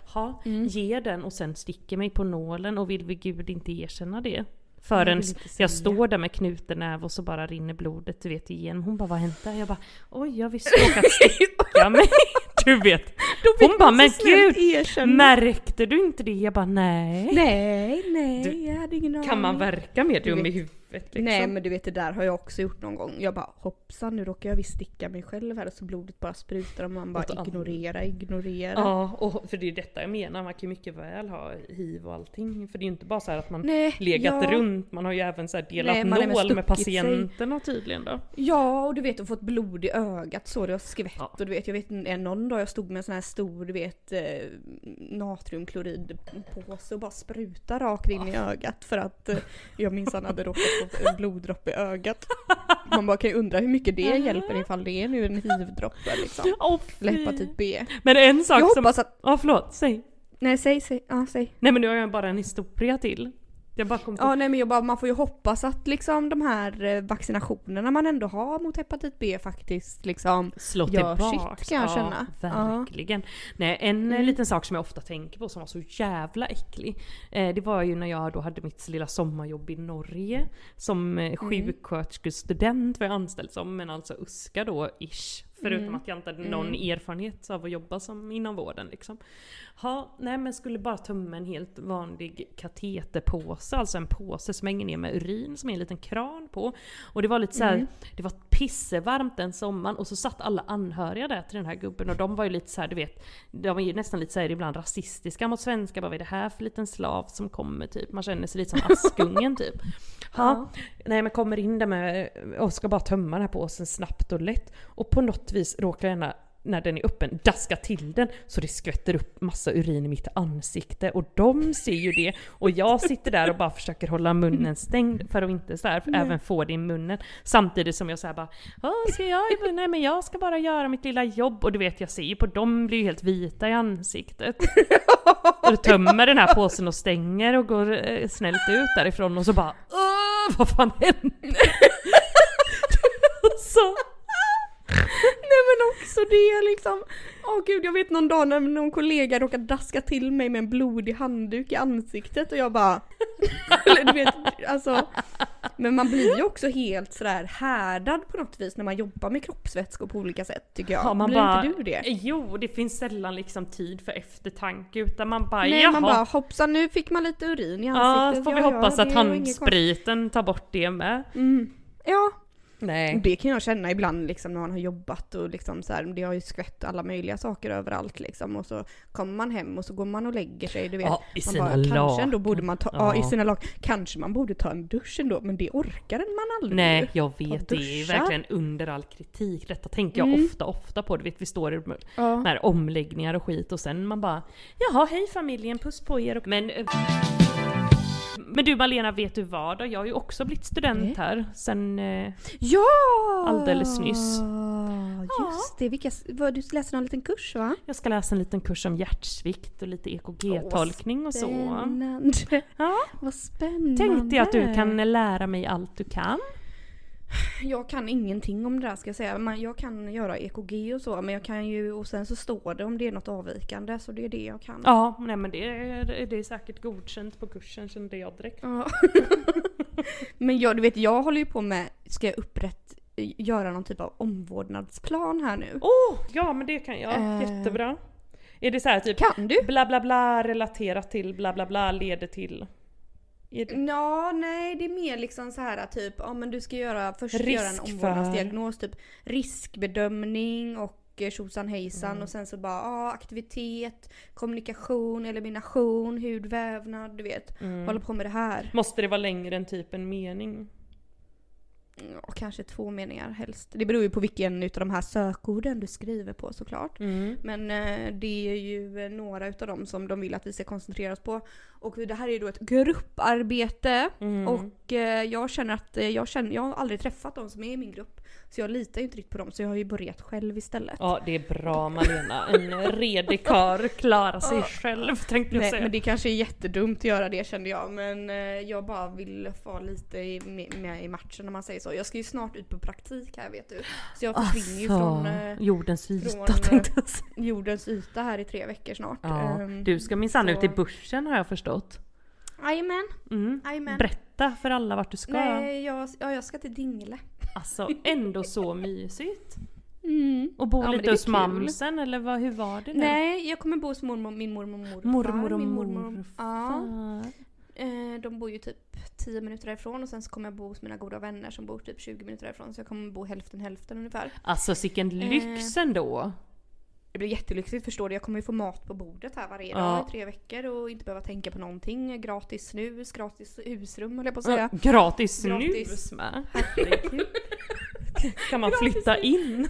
Speaker 3: Ge den och sen sticker mig på nålen och vill vi gud inte erkänna det. Förrän jag står där med knuten näv och så bara rinner blodet, du vet, igenom. Hon bara, vad hänt där? Jag bara, oj, jag visste råkat sticka mig. Du vet. Hon bara, men gud, märkte du inte det? Jag bara, nej.
Speaker 2: Nej, jag hade ingen aning.
Speaker 3: Kan man verka mer dum i huvudet? Liksom?
Speaker 2: Nej, men du vet, det där har jag också gjort någon gång. Jag bara, hoppsan, nu råkar jag visst sticka mig själv här, och så blodet bara sprutar och man bara ignorera.
Speaker 3: Ja, och för det är detta jag menar, man kan ju mycket väl ha hiv och allting. För det är ju inte bara så här att man legat runt, man har ju även så här delat nål med patienten och tydligen då. Ja,
Speaker 2: och du vet, och fått blod i ögat så det var skvätt. Och du vet, jag vet någon dag jag stod med en sån här stor, du vet, natriumkloridpåse och bara spruta rakt in i ögat för att jag minsann hade råkat få en bloddropp i ögat. Man bara kan ju undra hur mycket det hjälper ifall det är nu en hivdroppe liksom. Eller hepatit B.
Speaker 3: Men en sak
Speaker 2: jag
Speaker 3: som...
Speaker 2: hoppas att...
Speaker 3: förlåt, säg.
Speaker 2: Nej, säg. Säg.
Speaker 3: Nej, men nu har jag bara en historia till.
Speaker 2: Nej, men man får ju hoppas att liksom de här vaccinationerna man ändå har mot hepatit B faktiskt liksom
Speaker 3: slår tillbaka,
Speaker 2: kan jag känna.
Speaker 3: Verkligen. Nej, en liten sak som jag ofta tänker på som var så jävla äcklig. Det var ju när jag då hade mitt lilla sommarjobb i Norge som sjuksköterskestudent var jag anställd som, men alltså USKA då ish. Förutom att jag inte hade någon erfarenhet av att jobba som inom vården liksom. Men skulle bara tömma en helt vanlig kateterpåse, alltså en påse som hänger ner med urin som är en liten kran på. Och det var lite så här, det var pissevarmt den sommaren, och så satt alla anhöriga där till den här gubben, och de var ju lite så här, du vet, de var ju nästan lite så här ibland rasistiska mot svenskar, vad är det här för liten slav som kommer typ, man känner sig lite som Askungen typ. Nej, men kommer in där med och ska bara tömma den här påsen snabbt och lätt, och på något vis råkar jag när den är öppen daska till den så det skvätter upp massa urin i mitt ansikte, och de ser ju det, och jag sitter där och bara försöker hålla munnen stängd för att inte så här, även få det i munnen, samtidigt som jag säger bara, ska jag? Nej, men jag ska bara göra mitt lilla jobb, och du vet, jag ser ju på dem blir ju helt vita i ansiktet. Och du tömmer den här påsen och stänger och går snällt ut därifrån, och så bara, vad fan hände? Så
Speaker 2: nej, men också det liksom. Gud, jag vet någon dag när någon kollega råkade daska till mig med en blodig handduk i ansiktet, och jag bara eller du vet, alltså. Men man blir ju också helt sådär härdad på något vis när man jobbar med kroppsvätskor på olika sätt, tycker jag.
Speaker 3: Man
Speaker 2: blir
Speaker 3: bara,
Speaker 2: inte du det?
Speaker 3: Jo, det finns sällan liksom tid för eftertanke, utan man bara,
Speaker 2: man bara, hoppsan, nu fick man lite urin i ansiktet.
Speaker 3: Ja, får vi hoppas att handspriten tar bort det med.
Speaker 2: Ja.
Speaker 3: Nej.
Speaker 2: Det kan jag känna ibland liksom, när man har jobbat och liksom så här, det har ju skvätt alla möjliga saker överallt liksom, och så kommer man hem och så går man och lägger sig, du vet.
Speaker 3: I
Speaker 2: man
Speaker 3: sina
Speaker 2: bara,
Speaker 3: lag.
Speaker 2: Kanske ändå borde man ta i sina lag. Kanske man borde ta en dusch ändå, men det orkar man aldrig.
Speaker 3: Nej, jag vet, det är verkligen under all kritik. Detta tänker jag ofta på. Du vet, vi står i de här omläggningar och skit, och sen man bara, jaha, hej familjen, puss på er. Men du Malena, vet du vad då? Jag har ju också blivit student här sen alldeles nyss.
Speaker 2: Just det, du läser en liten kurs va?
Speaker 3: Jag ska läsa en liten kurs om hjärtsvikt och lite EKG-tolkning och så.
Speaker 2: Spännande.
Speaker 3: Ja.
Speaker 2: Vad spännande.
Speaker 3: Tänkte jag att du kan lära mig allt du kan.
Speaker 2: Jag kan ingenting om det där ska jag säga. Jag kan göra EKG och så, men jag kan ju, och sen så står det om det är något avvikande, så det är det jag kan.
Speaker 3: Ja, nej men det är säkert godkänt på kursen, kände jag direkt.
Speaker 2: Ja. Men du vet, jag håller ju på med, ska jag göra någon typ av omvårdnadsplan här nu.
Speaker 3: Ja men det kan jag, jättebra. Är det så här typ,
Speaker 2: kan du?
Speaker 3: Bla bla bla relaterat till bla bla bla leder till...
Speaker 2: Ja, nej, det är mer liksom så här typ, men du ska göra en omvårdnadsdiagnos, typ riskbedömning och tjosan hejsan och sen så bara aktivitet, kommunikation, elimination, hudvävnad, du vet. Håller på med det här.
Speaker 3: Måste det vara längre än typ en mening?
Speaker 2: Ja, kanske 2 meningar helst. Det beror ju på vilken utav de här sökorden du skriver på såklart. Men det är ju några utav dem som de vill att vi ska koncentrera oss på. Och det här är ju då ett grupparbete. Och jag känner att jag har aldrig träffat de som är i min grupp. Så jag litar ju inte riktigt på dem, så jag har ju börjat själv istället.
Speaker 3: Ja, det är bra Malena. En redig karl klarar sig själv, tänkte jag säga.
Speaker 2: Nej, men det kanske är jättedumt att göra det, kände jag. Men jag bara vill få lite med i matchen, om man säger så. Jag ska ju snart ut på praktik här, vet du. Så jag försvinner ju från
Speaker 3: jordens yta,
Speaker 2: jordens yta här i 3 veckor snart.
Speaker 3: Ja. Du ska minsann ut i börsen, har jag förstått.
Speaker 2: Jajamän.
Speaker 3: Berätta för alla vart du ska.
Speaker 2: Nej, jag ska till Dingle.
Speaker 3: Alltså ändå så mysigt. Och bo lite hos mamsen, eller hur var det nu?
Speaker 2: Nej, jag kommer bo hos min mormor och morfar. Ja. De bor ju typ 10 minuter därifrån, och sen så kommer jag bo hos mina goda vänner som bor typ 20 minuter därifrån, så jag kommer bo hälften ungefär.
Speaker 3: Alltså sicken lyx ändå.
Speaker 2: Det blir jättelyxigt, förstår du. Jag kommer ju få mat på bordet här varje dag i 3 veckor och inte behöva tänka på någonting. Gratis snus, gratis husrum, höll jag på att säga.
Speaker 3: Gratis snus med. Herregud. Kan man flytta in?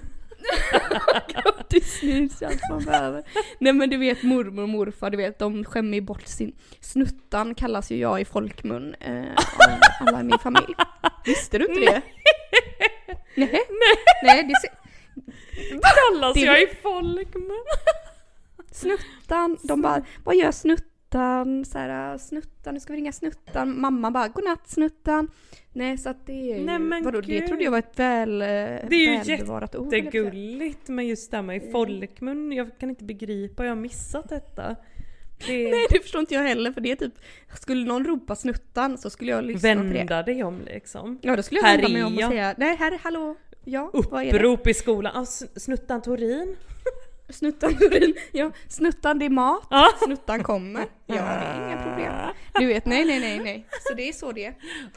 Speaker 2: Gratis snus, allt man behöver. Nej, men du vet, mormor och morfar, du vet, de skämmer bort sin... Snuttan kallas ju jag i folkmun av alla i min familj. Visste du inte det? Nej, det
Speaker 3: kallas jag i folkmun.
Speaker 2: Snuttan, de bara, vad gör snuttan? Så här, snuttan, nu ska vi ringa snuttan. Mamma bara, godnatt snuttan. Nej, så att det är ju...
Speaker 3: Nej, men
Speaker 2: vadå, det trodde jag var ett välbevarat ord.
Speaker 3: Det är ju jättegulligt, men just det med i folkmun, jag kan inte begripa, jag har missat detta.
Speaker 2: Nej, det förstår inte jag heller, för det är typ, skulle någon ropa snuttan så skulle jag lyssna på det.
Speaker 3: Vända dig om liksom.
Speaker 2: Ja, då skulle jag vända mig om och säga, nej, hallå. Ja,
Speaker 3: upprop i skolan. Snuttan Torin.
Speaker 2: Snuttan Torin. Ja, snuttan det är mat. Snuttan kommer. Ja, det är inga problem. Du vet, nej. Så det är så det är.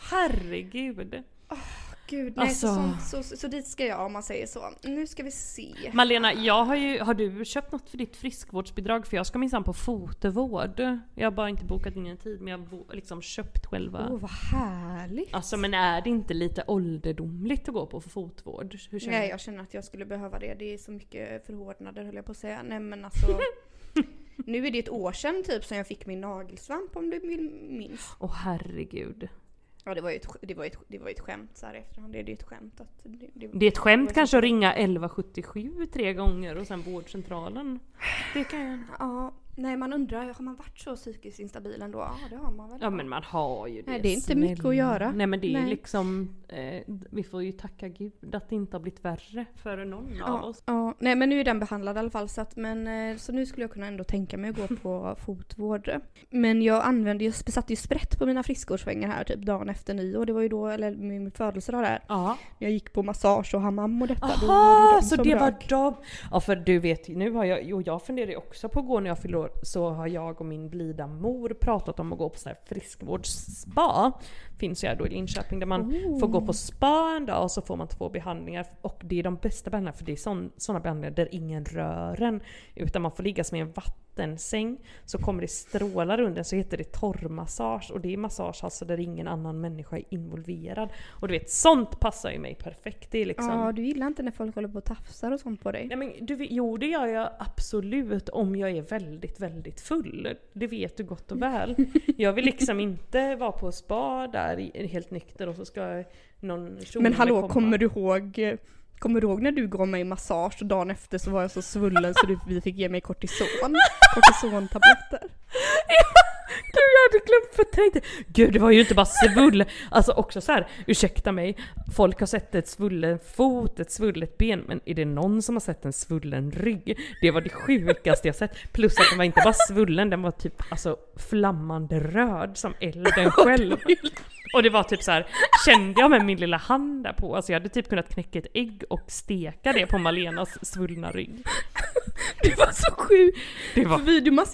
Speaker 3: Herregud.
Speaker 2: Gud, nej, alltså... så dit ska jag, om man säger så. Nu ska vi se.
Speaker 3: Malena, har du köpt något för ditt friskvårdsbidrag? För jag ska minsann på fotvård. Jag har bara inte bokat in en tid, men jag har liksom köpt själva.
Speaker 2: Vad härligt.
Speaker 3: Alltså, men är det inte lite ålderdomligt att gå på fotvård?
Speaker 2: Nej, jag känner att jag skulle behöva det. Det är så mycket förhårdnader, höll jag på att säga. Nej, men alltså... Nu är det 1 år sedan typ som jag fick min nagelsvamp, om du minns.
Speaker 3: Herregud.
Speaker 2: Ja, det var ett skämt så här efterhand. Det är ett skämt att
Speaker 3: det är ett skämt kanske att ringa 1177 3 gånger och sen vårdcentralen. Det kan jag.
Speaker 2: Ja, nej, man undrar, har man varit så psykiskt instabil ändå? Ja, det har man väl.
Speaker 3: Ja, men man har ju det.
Speaker 2: Nej, det är inte mycket att göra.
Speaker 3: Nej, men det är liksom vi får ju tacka Gud att det inte har blivit värre för någon av oss.
Speaker 2: Ja, nej, men nu är den behandlad i alla fall, så att, så nu skulle jag kunna ändå tänka mig att gå på fotvård. Men jag satte ju sprätt på mina friskvårdssvängar här typ dagen efter nyår. Det var ju då, eller min födelsedag där.
Speaker 3: Ja.
Speaker 2: Jag gick på massage och hammam och detta.
Speaker 3: Aha, så det var de. Ja, för du vet, nu har jag funderar också på att gå när jag fyller år, så har jag och min blida mor pratat om att gå på så här friskvårdsspa. Finns ju här då i Linköping, där man får gå på spa en dag och så får man 2 behandlingar. Och det är de bästa behandlingarna, för det är sådana behandlingar där ingen rör en, utan man får ligga som i en vattensäng, så kommer det strålar under, så heter det torrmassage, och det är massage alltså där ingen annan människa är involverad. Och du vet, sånt passar ju mig perfekt. Det är liksom...
Speaker 2: Ja, du gillar inte när folk håller på och tafsar och sånt på dig?
Speaker 3: Nej, men jo, det gör jag absolut om jag är väldigt, väldigt full. Det vet du gott och väl. Jag vill liksom inte vara på spa där helt nykter och så ska någon
Speaker 2: Men hallå, komma. Kommer du ihåg när du gav mig massage och dagen efter så var jag så svullen så vi fick ge mig kortisontabletter?
Speaker 3: Gud, jag hade glömt förträngt det. Gud, det var ju inte bara svull. Alltså också så här, ursäkta mig. Folk har sett ett svullen fot, ett svullet ben. Men är det någon som har sett en svullen rygg? Det var det sjukaste jag sett. Plus att den var inte bara svullen, den var typ alltså flammande röd som elden själv. Och det var typ så här, kände jag med min lilla hand där på. Alltså jag hade typ kunnat knäcka ett ägg och steka det på Malenas svullna rygg.
Speaker 2: Det var så sjukt.
Speaker 3: Det var...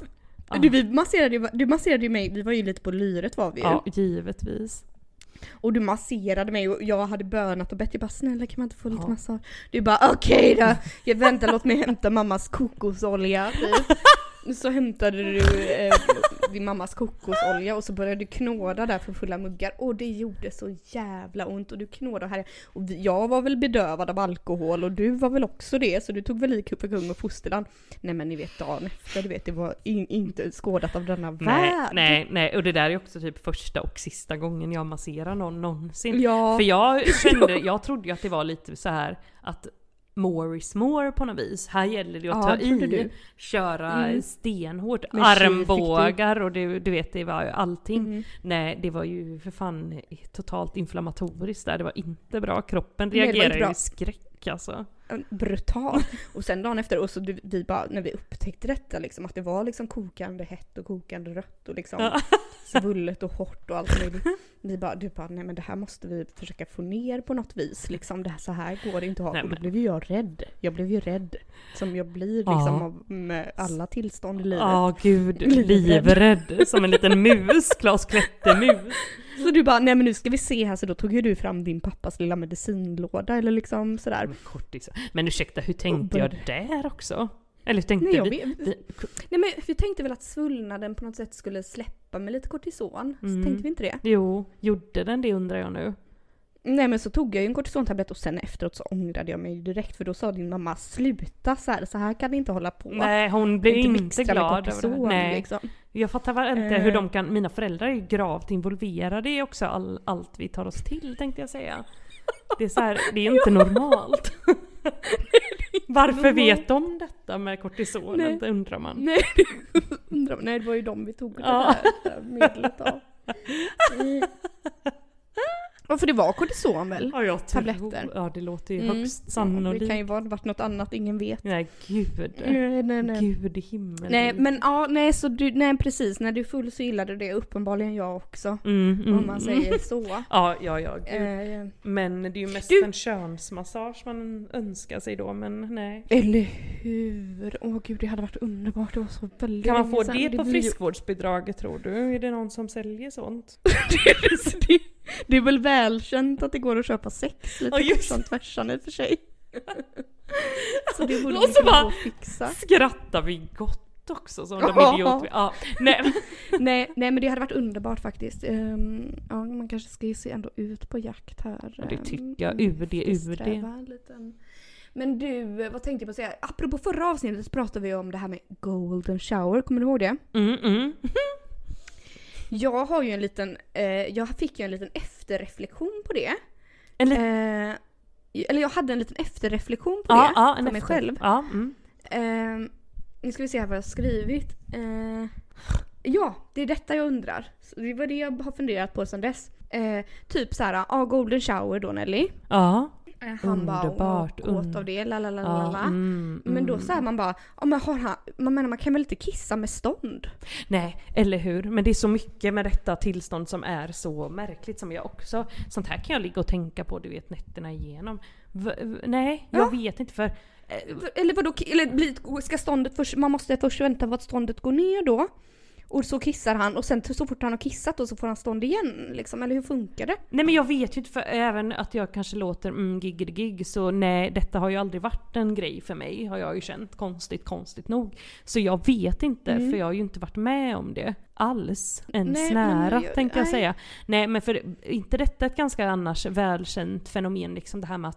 Speaker 2: Du masserade ju mig, vi var ju lite på lyret var vi ju.
Speaker 3: Ja, givetvis.
Speaker 2: Och du masserade mig och jag hade bönat och bett, jag bara snälla kan man inte få lite massage? Du bara okej då, jag väntar, låt mig hämta mammas kokosolja typ. Så hämtade du din mammas kokosolja och så började du knåda där för fulla muggar och det gjorde så jävla ont och du knådade här och jag var väl bedövad av alkohol och du var väl också det, så du tog väl i för kung och fosterland. Nej men ni vet dagen efter, du vet det var inte skådat av denna värld.
Speaker 3: Nej, och det där är också typ första och sista gången jag masserar någon någonsin.
Speaker 2: Ja.
Speaker 3: För jag trodde ju att det var lite så här att more is more på något vis. Här gäller det att ta i, köra stenhårt,
Speaker 2: med
Speaker 3: armbågar och du vet, det var ju allting. Nej, det var ju för fan totalt inflammatoriskt där. Det var inte bra. Kroppen reagerar ju skräck alltså.
Speaker 2: Brutal. Och sen dagen efter, och så vi bara, när vi upptäckte detta liksom, att det var liksom kokande hett och kokande rött och liksom svullet och hårt och allt möjligt. Vi bara, nej men det här måste vi försöka få ner på något vis. Liksom, det här, så här går det inte att ha. Och då blev jag rädd. Jag blev ju rädd. Som jag blir liksom med alla tillstånd i livet.
Speaker 3: Ja, gud. Livrädd. Som en liten mus. Klas Klättermus.
Speaker 2: Så du bara, nej men nu ska vi se här. Så då tog ju du fram din pappas lilla medicinlåda. Eller liksom sådär.
Speaker 3: Men ursäkta, hur tänkte jag där också? Eller hur tänkte vi?
Speaker 2: Nej men vi tänkte väl att svullnaden på något sätt skulle släppa med lite kortison. Så tänkte vi inte det?
Speaker 3: Jo, gjorde den det undrar jag nu.
Speaker 2: Nej men så tog jag ju en kortisontablett och sen efteråt så ångrade jag mig direkt. För då sa din mamma, sluta så här kan det inte hålla på.
Speaker 3: Nej, hon blev inte glad över det. Nej.
Speaker 2: Liksom.
Speaker 3: Jag fattar inte hur de kan, mina föräldrar är ju gravt involverade i också allt vi tar oss till, tänkte jag säga. Det är så här, det är inte normalt. Varför vet de detta med kortisonen, undrar man.
Speaker 2: Nej, det var ju de vi tog det där medlet av. Varför det var kortison väl?
Speaker 3: Ja, jag tror,
Speaker 2: tabletter.
Speaker 3: Ja, det låter ju högst sannolikt.
Speaker 2: Det kan ju varit något annat, ingen vet.
Speaker 3: Nej, gud.
Speaker 2: Nej.
Speaker 3: Gud i himmel.
Speaker 2: Nej, men nej precis. När du är full så gillade det uppenbarligen jag också. Om man säger så.
Speaker 3: Ja, gud. Men det är ju mest en könsmassage man önskar sig då, men nej.
Speaker 2: Eller hur? Åh gud, det hade varit underbart. Det var så väldigt.
Speaker 3: Kan man få det på friskvårdsbidraget, tror du? Är det någon som säljer sånt?
Speaker 2: Det är väl välkänt att det går att köpa sex lite korsan tvärsan i och för sig. Så det borde vi kunna fixa.
Speaker 3: Skrattar vi gott också som de idioter. Ja,
Speaker 2: nej, men det hade varit underbart faktiskt. Man kanske ska se ändå ut på jakt här.
Speaker 3: Ja, det tycker jag. UD.
Speaker 2: Men du, vad tänkte jag på att säga? Apropå förra avsnittet så pratade vi om det här med golden shower. Kommer du ihåg det? Jag har ju jag fick ju en liten efterreflektion på det. Eller jag hade en liten efterreflektion på det för mig själv. Nu ska vi se här vad jag har skrivit. Ja, det är detta jag undrar. Så det var det jag har funderat på sedan dess. Typ så här, golden shower då, Nelly.
Speaker 3: Ja.
Speaker 2: Han bara åt av det, men då så här man bara, man kan väl inte kissa med stånd?
Speaker 3: Nej, eller hur? Men det är så mycket med detta tillstånd som är så märkligt som jag också, sånt här kan jag ligga och tänka på, du vet, nätterna igenom. Nej, jag vet inte för...
Speaker 2: Eller vadå, ska ståndet först, man måste först vänta på att ståndet går ner då. Och så kissar han och sen så fort han har kissat och så får han stånd igen liksom, eller hur funkar det?
Speaker 3: Nej men jag vet ju inte, för även att jag kanske låter gig så nej, detta har ju aldrig varit en grej för mig, har jag ju känt konstigt nog. Så jag vet inte, för jag har ju inte varit med om det alls ens nära, tänkte jag säga. Nej, men för inte detta är ett ganska annars välkänt fenomen liksom, det här med att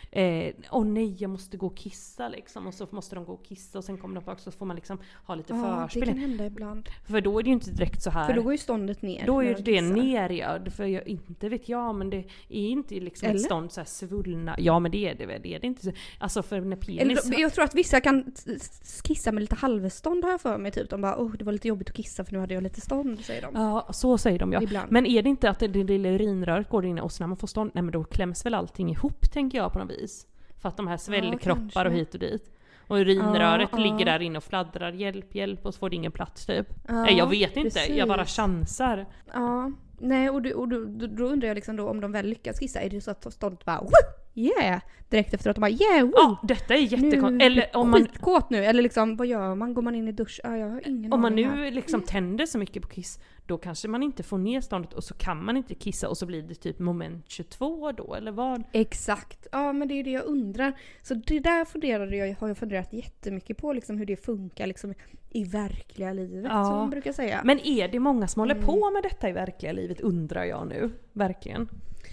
Speaker 3: nej jag måste gå och kissa liksom, och så måste de gå och kissa och sen kommer de tillbaka, så får man liksom ha lite förspel.
Speaker 2: Det kan hända ibland.
Speaker 3: För då är det ju inte direkt så här.
Speaker 2: För då går ju ståndet ner.
Speaker 3: Då är det ner, ja. För jag inte vet jag, men det är inte liksom ett stånd så här svullna. Ja, men det är det väl. Det är det inte så. Alltså för när penis...
Speaker 2: Jag tror att vissa kan kissa med lite halvstånd, har jag för mig. Typ. De bara, det var lite jobbigt att kissa för nu hade jag lite stånd, säger de.
Speaker 3: Ja, så säger de, ja.
Speaker 2: Ibland.
Speaker 3: Men är det inte att det lilla urinröret går in och så när man får stånd, nej men då kläms väl allting ihop, tänker jag på något vis. För att de här svällkroppar och hit och dit. Och urinröret ligger där inne och fladdrar, hjälp, och så får det ingen plats typ. Nej, jag vet inte,
Speaker 2: precis.
Speaker 3: jag bara chansar.
Speaker 2: Ja, nej, och då undrar jag liksom då, om de väl lyckas kissa, är det så att ståndet bara yeah, direkt efter att de bara
Speaker 3: Ja, detta är jättekonstigt. Eller om man
Speaker 2: skitkåt nu, eller liksom vad gör man? Går man in i dusch? Ja, jag har ingen
Speaker 3: om man
Speaker 2: aning
Speaker 3: nu
Speaker 2: här.
Speaker 3: liksom tänder så mycket på kiss, då kanske man inte får ner ståndet och så kan man inte kissa och så blir det typ moment 22 då, eller vad?
Speaker 2: Exakt, ja men det är det jag undrar. Så det där har jag funderat jättemycket på, liksom hur det funkar liksom i verkliga livet, som man brukar säga.
Speaker 3: Men är det många som håller på med detta i verkliga livet, undrar jag nu, verkligen?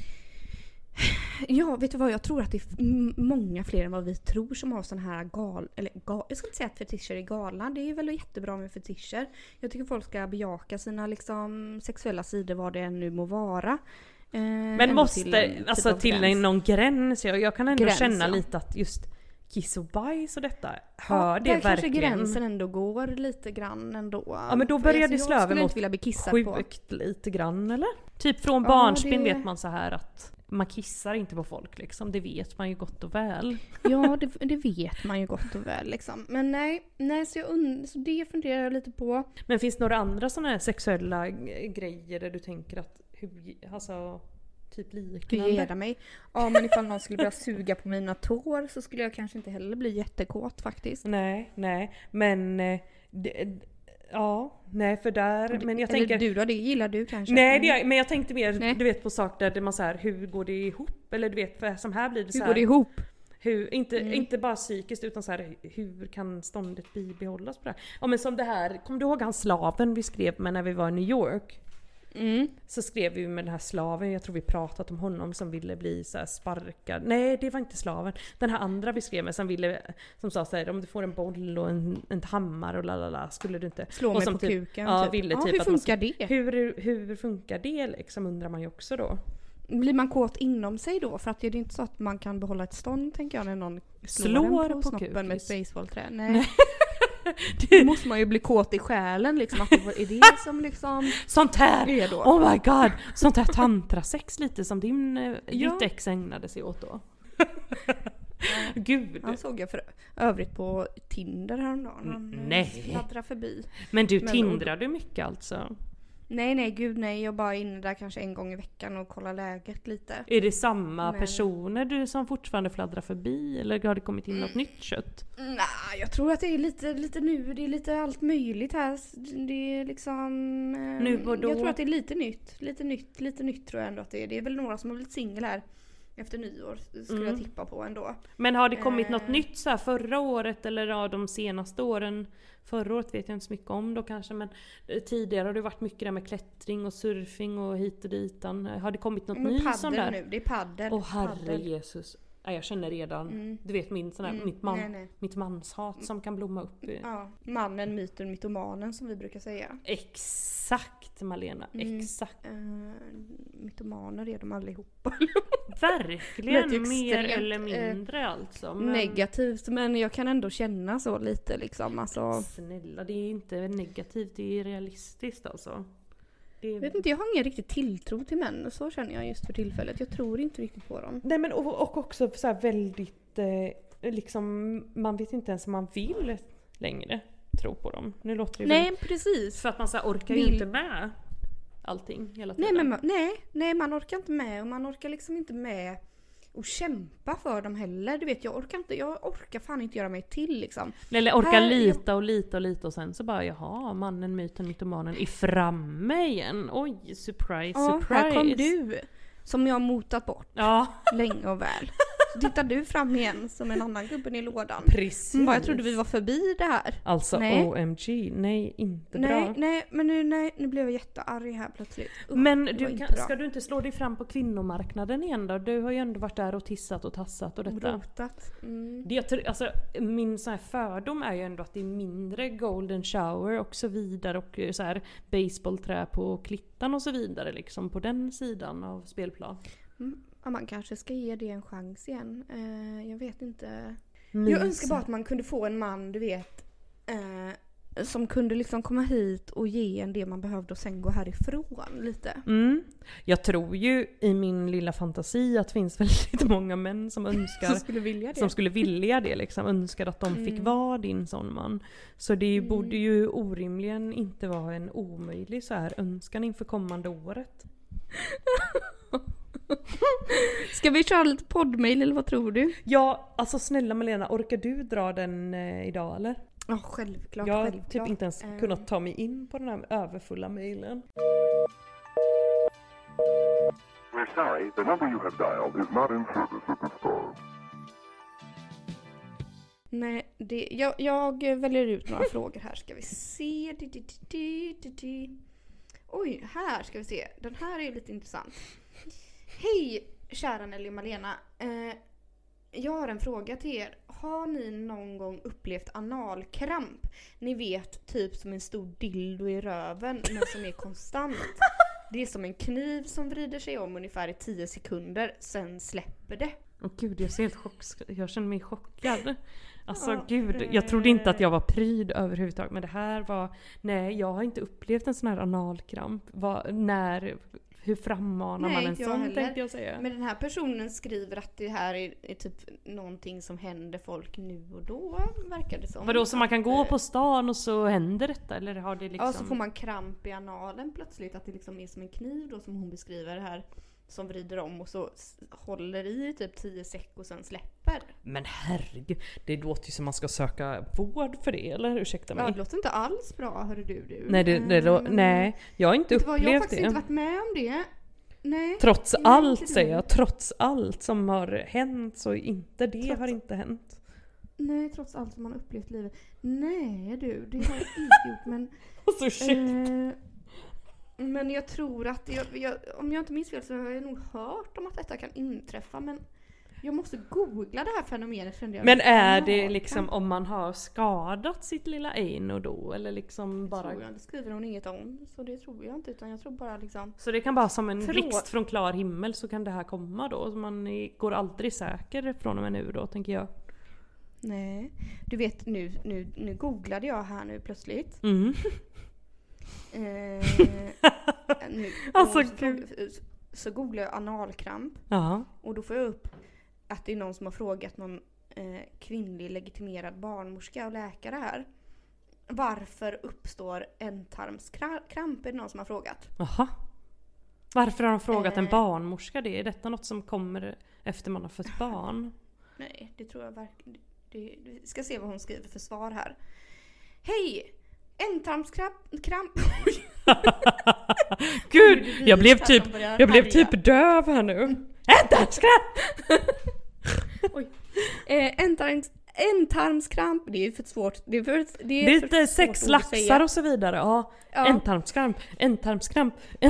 Speaker 2: Ja, vet du vad? Jag tror att det är många fler än vad vi tror som har sån här jag ska inte säga att fetischer är galna. Det är väl jättebra med fetischer. Jag tycker folk ska bejaka sina liksom sexuella sidor, vad det än nu må vara.
Speaker 3: Men måste, till någon gräns. Jag kan ändå känna lite att just kiss och bajs och detta, hör det
Speaker 2: verkligen?
Speaker 3: Kanske
Speaker 2: gränsen ändå går lite grann ändå.
Speaker 3: Ja, men då börjar det slå över mot
Speaker 2: vilja bli kissad
Speaker 3: sjukt på. Lite grann, eller? Typ från barnsben vet man så här att man kissar inte på folk liksom, det vet man ju gott och väl.
Speaker 2: Ja, det vet man ju gott och väl liksom. Men nej så det funderar jag lite på.
Speaker 3: Men finns det några andra sådana här sexuella grejer där du tänker att typ liknande?
Speaker 2: Geda mig. Ja, men ifall någon skulle börja suga på mina tår så skulle jag kanske inte heller bli jättekåt faktiskt.
Speaker 3: Nej, men nej för där, men jag tänker...
Speaker 2: Eller du då, det gillar du kanske?
Speaker 3: Nej, men jag tänkte mer, du vet på saker där man så här, hur går det ihop? Eller du vet, för som här blir det så här...
Speaker 2: Hur går det ihop?
Speaker 3: Inte bara psykiskt utan så här, hur kan ståndet bibehållas på det här? Ja, men som det här, kommer du ihåg han slaven vi skrev med när vi var i New York? Så skrev vi med den här slaven, jag tror vi pratat om honom som ville bli så här sparkad. Nej, det var inte slaven. Den här andra vi skrev med som sa så här, om du får en boll och en hammare och lalala, skulle du inte
Speaker 2: slå mig på
Speaker 3: typ,
Speaker 2: kuken.
Speaker 3: Ja,
Speaker 2: typ.
Speaker 3: ville typ
Speaker 2: hur
Speaker 3: att
Speaker 2: funkar det?
Speaker 3: Hur funkar det liksom, undrar man ju också då.
Speaker 2: Blir man kåt inom sig då? För att det är inte så att man kan behålla ett stånd, tänker jag, när någon
Speaker 3: slår
Speaker 2: på snoppen
Speaker 3: kuken
Speaker 2: med ett basebollträ. Nej. Då måste man ju bli kåt i själen liksom, att det är det som liksom
Speaker 3: sånt här
Speaker 2: är då.
Speaker 3: Oh my god, sånt här tantrasex lite som ditt ex ägnade sig åt då. Gud.
Speaker 2: Han såg jag för övrigt på Tinder häromdagen. Han fladdrade förbi.
Speaker 3: Men du tindrar du mycket alltså?
Speaker 2: Nej, gud nej. Jag bara är inne där kanske en gång i veckan och kollar läget lite.
Speaker 3: Är det samma personer du som fortfarande fladdrar förbi? Eller har det kommit in något nytt kött?
Speaker 2: Nej, jag tror att det är lite nu. Det är lite allt möjligt här. Det är liksom...
Speaker 3: nu och då.
Speaker 2: Jag tror att det är lite nytt tror jag ändå att det är. Det är väl några som har blivit singel här efter nyår, skulle jag tippa på ändå.
Speaker 3: Men har det kommit något nytt så här förra året eller de senaste åren? Förra året vet jag inte så mycket om då kanske, men tidigare har det varit mycket där med klättring och surfing och hit och ditan. Har det kommit något nytt som där?
Speaker 2: Nu, det är paddel.
Speaker 3: Åh herre Jesus. Ja, jag känner redan, du vet min sån här, mitt manshat som kan blomma upp.
Speaker 2: Ja, mannen, myten, mytomanen som vi brukar säga.
Speaker 3: Exakt Malena, exakt.
Speaker 2: Mytomaner är de allihopa.
Speaker 3: Verkligen, mer eller mindre alltså. Men...
Speaker 2: negativt, men jag kan ändå känna så lite liksom. Alltså...
Speaker 3: Snälla, det är inte negativt, det är realistiskt alltså.
Speaker 2: Jag vet inte, jag har ingen riktigt tilltro till män, så känner jag just för tillfället. Jag tror inte riktigt på dem.
Speaker 3: Nej, men och också så här väldigt liksom, man vet inte ens om man vill längre tro på dem. Nu låter det
Speaker 2: nej, precis.
Speaker 3: För att man så här orkar ju inte med allting hela tiden.
Speaker 2: Nej, man orkar inte med, och man orkar liksom inte med och kämpa för dem heller. Du vet, jag orkar fan inte göra mig till liksom.
Speaker 3: Eller orkar lita och sen så bara, jaha, mannen, myten, mytomanen är framme igen. Oj, surprise.
Speaker 2: Här kom du. Som jag har motat bort.
Speaker 3: Ja.
Speaker 2: Länge och väl. tittar du fram igen som en annan gubben i lådan.
Speaker 3: Precis.
Speaker 2: Jag trodde vi var förbi det här.
Speaker 3: Alltså
Speaker 2: nej.
Speaker 3: OMG, nej inte bra.
Speaker 2: Men nu blev jag jättearg här plötsligt.
Speaker 3: Men ska du inte slå dig fram på kvinnomarknaden igen då? Du har ju ändå varit där och tissat och tassat och detta.
Speaker 2: Rotat.
Speaker 3: Alltså, min så här fördom är ju ändå att det är mindre golden shower och så vidare och så här baseballträ på klittan och så vidare liksom på den sidan av spelplan.
Speaker 2: Ja, man kanske ska ge det en chans igen. Jag vet inte.
Speaker 3: Mys.
Speaker 2: Jag önskar bara att man kunde få en man, du vet, som kunde liksom komma hit och ge en det man behövde och sen gå härifrån lite.
Speaker 3: Jag tror ju i min lilla fantasi att det finns väldigt många män som önskar som skulle vilja det liksom, önskar att de fick vara din sån man. Så det borde ju orimligen inte vara en omöjlig så här önskan inför kommande året.
Speaker 2: Ska vi köra lite poddmail eller vad tror du?
Speaker 3: Ja, alltså snälla Malena, orkar du dra den idag eller?
Speaker 2: Ja, självklart.
Speaker 3: Jag har typ inte ens kunnat ta mig in på den här överfulla mailen.
Speaker 6: We're sorry, the number you have dialed is not in service at this time.
Speaker 2: Nej, jag väljer ut några frågor här. Ska vi se. Oj, här ska vi se. Den här är lite intressant. Hej, kära Nelly och Malena. Jag har en fråga till er. Har ni någon gång upplevt analkramp? Ni vet, typ som en stor dildo i röven, men som är konstant. Det är som en kniv som vrider sig om ungefär i 10 sekunder, sen släpper det.
Speaker 3: Åh gud, jag känner mig chockad. Alltså gud, jag trodde inte att jag var pryd överhuvudtaget, men det här var... Nej, jag har inte upplevt en sån här analkramp. Hur frammanar man en sån, tänkte jag säga.
Speaker 2: Men den här personen skriver att det här är typ någonting som händer folk nu och då, verkar det som.
Speaker 3: Vadå, så man kan gå på stan och så händer detta? Eller har det liksom...
Speaker 2: Ja, så får man kramp i analen plötsligt, att det liksom är som en kniv då, som hon beskriver här, som vrider om och så håller i typ 10 sek och sen släpper.
Speaker 3: Men herregud, det låter ju som man ska söka vård för det, eller ursäkta mig.
Speaker 2: Ja, det låter inte alls bra, hörru du.
Speaker 3: Nej, jag har inte upplevt det.
Speaker 2: Jag har faktiskt inte varit med om det. Nej.
Speaker 3: Trots allt säger jag, trots allt som har hänt så inte det har inte hänt.
Speaker 2: Nej, trots allt som man har upplevt i livet. Nej du, det har jag inte gjort, men...
Speaker 3: Alltså shit.
Speaker 2: Men jag tror att, om jag inte minns fel så har jag nog hört om att detta kan inträffa, men jag måste googla det här fenomenet.
Speaker 3: Men är det liksom om man har skadat sitt lilla anus då? Eller liksom bara...
Speaker 2: Det skriver hon inget om, så det tror jag inte, utan jag tror bara liksom...
Speaker 3: Så det kan bara som en blixt från klar himmel så kan det här komma då? Så man går aldrig säker från och med nu då, tänker jag.
Speaker 2: Nej, du vet nu googlade jag här nu plötsligt. Nu,
Speaker 3: alltså,
Speaker 2: så googlar jag analkramp. Och då får jag upp att det är någon som har frågat någon kvinnlig legitimerad barnmorska och läkare här. Varför uppstår ändtarmskramp? Är det någon som har frågat.
Speaker 3: Aha. Varför har de frågat en barnmorska det? Är detta något som kommer efter man har fått barn?
Speaker 2: Nej, det tror jag verkligen. Vi ska se vad hon skriver för svar här. Hej! Ändtarmskramp.
Speaker 3: Gud, jag blev typ döv här nu. Ändtarmskramp.
Speaker 2: Oj. Ändtarmskramp, det är för svårt. Det är
Speaker 3: lite 6 laxar och så vidare. Ja. Ändtarmskramp. Ändtarmskramp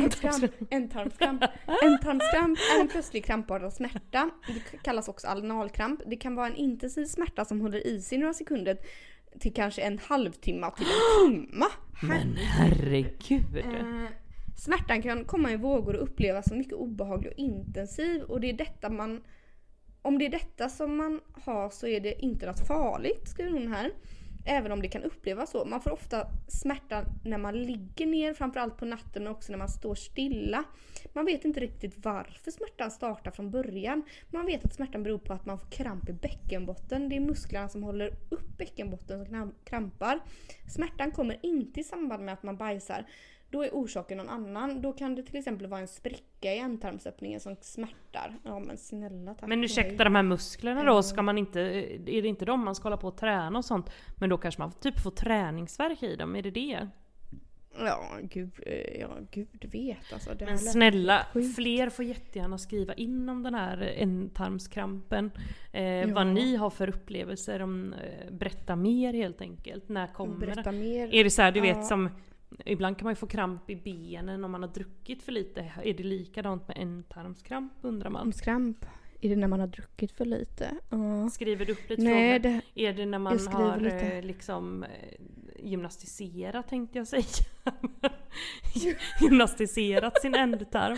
Speaker 3: är en plötslig krampartad smärta. Det kallas också analkramp. Det kan vara en intensiv smärta som håller i sig några sekunder till kanske en halvtimme till en timme. Men herregud.
Speaker 2: Smärtan kan komma i vågor och upplevas som mycket obehaglig och intensiv. Och det är detta om det är detta som man har så är det inte något farligt, skriver hon här. Även om det kan upplevas så. Man får ofta smärta när man ligger ner, framförallt på natten, men också när man står stilla. Man vet inte riktigt varför smärtan startar från början. Man vet att smärtan beror på att man får kramp i bäckenbotten. Det är musklerna som håller upp bäckenbotten som krampar. Smärtan kommer inte i samband med att man bajsar. Då är orsaken någon annan. Då kan det till exempel vara en spricka i ändtarmsöppningen som smärtar. Ja, men snälla, tack.
Speaker 3: Men ursäkta, de här musklerna då, ska man inte, är det inte de man ska hålla på att träna och sånt? Men då kanske man typ får träningsvärk i dem, är det det?
Speaker 2: Ja, gud vet alltså. Det
Speaker 3: Men snälla, fler får jättegärna skriva in om den här ändtarmskrampen. Vad ni har för upplevelser om berätta mer helt enkelt. När kommer
Speaker 2: berätta mer.
Speaker 3: Är det så här, du vet som ibland kan man ju få kramp i benen om man har druckit för lite. Är det likadant med ändtarmskramp undrar man?
Speaker 2: Ändtarmskramp. Är det när man har druckit för lite?
Speaker 3: Skriver du upp lite frågor? Är det när man har liksom gymnastiserat tänkte jag säga. Gymnastiserat sin ändtarm.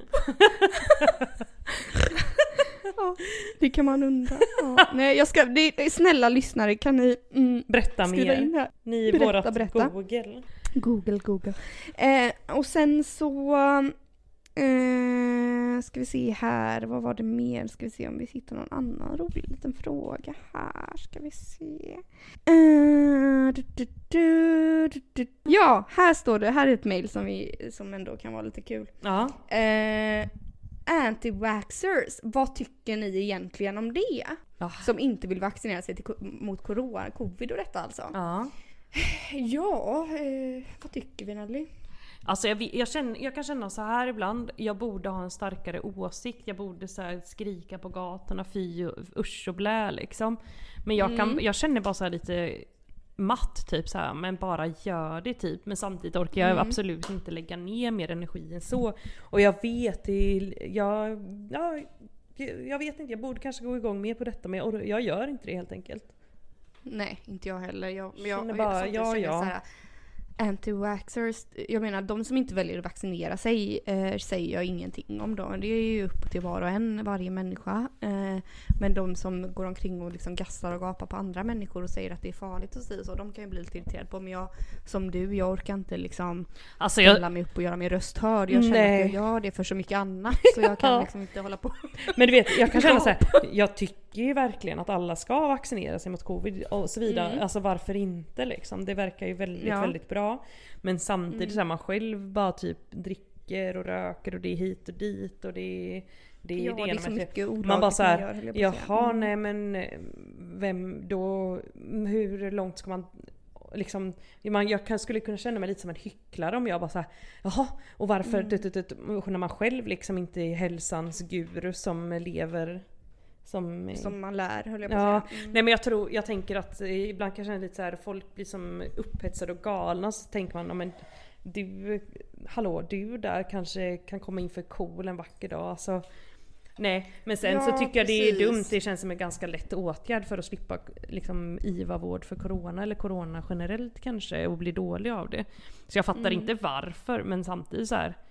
Speaker 2: Ja, det kan man undra. Ja. Nej, snälla lyssnare, kan ni
Speaker 3: berätta
Speaker 2: skriva
Speaker 3: mer?
Speaker 2: In här?
Speaker 3: Ni är berätta.
Speaker 2: Google. Och sen så ska vi se här, vad var det mer? Ska vi se om vi hittar någon annan rolig liten fråga här. Ska vi se. Ja, här står det. Här är ett mejl som ändå kan vara lite kul.
Speaker 3: Ja.
Speaker 2: Anti-vaxxers, vad tycker ni egentligen om det? Som inte vill vaccinera sig mot covid och detta alltså. Ja, vad tycker vi, Nelly?
Speaker 3: Alltså jag kan känna så här ibland. Jag borde ha en starkare åsikt. Jag borde så här skrika på gatorna, fy usch och blä liksom. Men jag känner bara så här lite matt typ så här, men bara gör det typ. Men samtidigt orkar jag absolut inte lägga ner mer energi än så. Och jag vet jag vet inte, jag borde kanske gå igång mer på detta, men jag gör inte det helt enkelt.
Speaker 2: Nej, inte jag heller. Jag
Speaker 3: så
Speaker 2: här, anti-vaxxers, jag menar de som inte väljer att vaccinera sig säger jag ingenting om då. Det är ju upp till var och en, varje människa. Men de som går omkring och liksom gassar och gapar på andra människor och säger att det är farligt och så de kan ju bli lite irriterade på. Men jag orkar inte liksom ställa mig upp och göra min röst hörd. Jag känner att jag gör det för så mycket annat, så jag kan liksom inte hålla på.
Speaker 3: Men du vet, jag kan känna så här, jag tycker ju verkligen att alla ska vaccinera sig mot covid och så vidare. Alltså varför inte liksom? Det verkar ju väldigt bra. Men samtidigt så här, man själv bara typ dricker och röker och det är hit och dit och det är det är så mycket olagligt man bara så här, jaha nej men vem då, hur långt ska man liksom, jag skulle kunna känna mig lite som en hycklare om jag bara så här, jaha, och varför när man själv liksom inte är hälsans guru som lever som
Speaker 2: man lär, höll jag på att säga.
Speaker 3: Nej men jag tänker att ibland kan jag känna lite så här, folk blir som upphetsade och galna, så tänker man, men du där kanske kan komma in för cool en vacker dag, alltså. Nej, men sen så tycker jag det är dumt. Det känns som en ganska lätt åtgärd för att slippa liksom IVA-vård för corona eller corona generellt kanske och bli dålig av det. Så jag fattar inte varför, men samtidigt så här,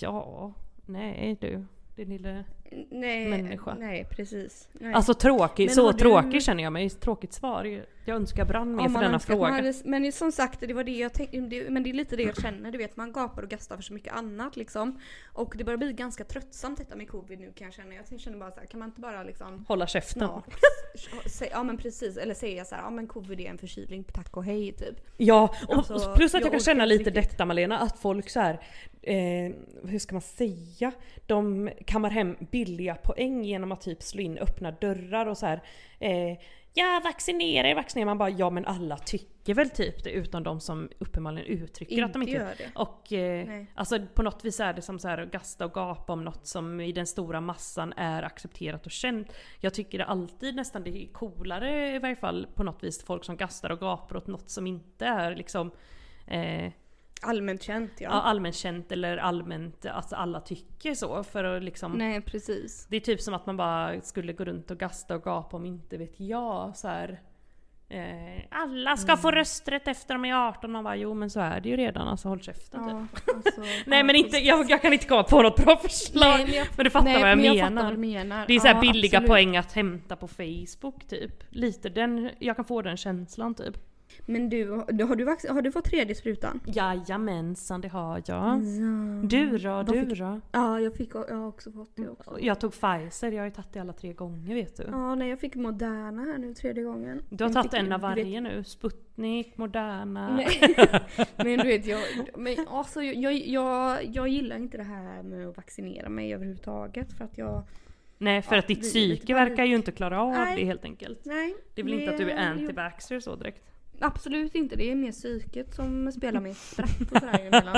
Speaker 3: din lilla människa.
Speaker 2: Nej, precis. Nej.
Speaker 3: Alltså tråkig känner jag mig. Tråkigt svar. Jag önskar brann mer för denna fråga.
Speaker 2: Men som sagt, det var det jag tänkte. Men det är lite det jag känner. Du vet, man gapar och gastar för så mycket annat liksom. Och det börjar bli ganska tröttsamt detta med covid nu, kan jag känna. Jag känner bara så här, kan man inte bara liksom
Speaker 3: hålla käften?
Speaker 2: Ja men precis. Eller säga så här, ja men covid är en förkylning, tack och hej typ.
Speaker 3: Ja, och alltså, plus att jag kan känna lite detta, Malena, att folk så här, hur ska man säga, de kammar hem billiga poäng genom att typ slå in öppna dörrar och så här, vaccinera. Man bara, ja men alla tycker väl typ det, utan de som uppenbarligen uttrycker att de inte
Speaker 2: gör det.
Speaker 3: Och alltså på något vis är det som så här att gasta och gapa om något som i den stora massan är accepterat och känt. Jag tycker det alltid nästan det är coolare i varje fall på något vis, folk som gastar och gapar åt något som inte är liksom
Speaker 2: allmänt känt,
Speaker 3: ja, allmänt känt eller allmänt att alla tycker så, för att liksom.
Speaker 2: Nej, precis.
Speaker 3: Det är typ som att man bara skulle gå runt och gasta och gapa om inte vet jag så här. Alla ska få rösträtt efter de är 18. Man bara, jo men så är det ju redan, alltså håll käften typ. Alltså, nej men inte, jag kan inte komma på något bra förslag. Nej, men du fattar vad jag menar. Det är så här billiga poäng att hämta på Facebook typ. Lite jag kan få den känslan typ.
Speaker 2: Men har du fått 3D sprutan?
Speaker 3: Jajamensan, det har jag. Du då?
Speaker 2: Ja, jag har också fått det också.
Speaker 3: Jag tog Pfizer, jag har ju tagit det alla 3 gånger, vet du.
Speaker 2: Ja, nej, jag fick Moderna här nu 3:e gången.
Speaker 3: Du har tagit en av varje nu, Sputnik, Moderna.
Speaker 2: Nej. Men du vet, jag gillar inte det här med att vaccinera mig överhuvudtaget, för att jag.
Speaker 3: Nej, för att ditt psyke verkar ju inte klara av det helt enkelt.
Speaker 2: Nej.
Speaker 3: Det är väl inte att du är anti-vaxxer så direkt?
Speaker 2: Absolut inte, det är mer psyket som spelar med spratt och sådär emellan.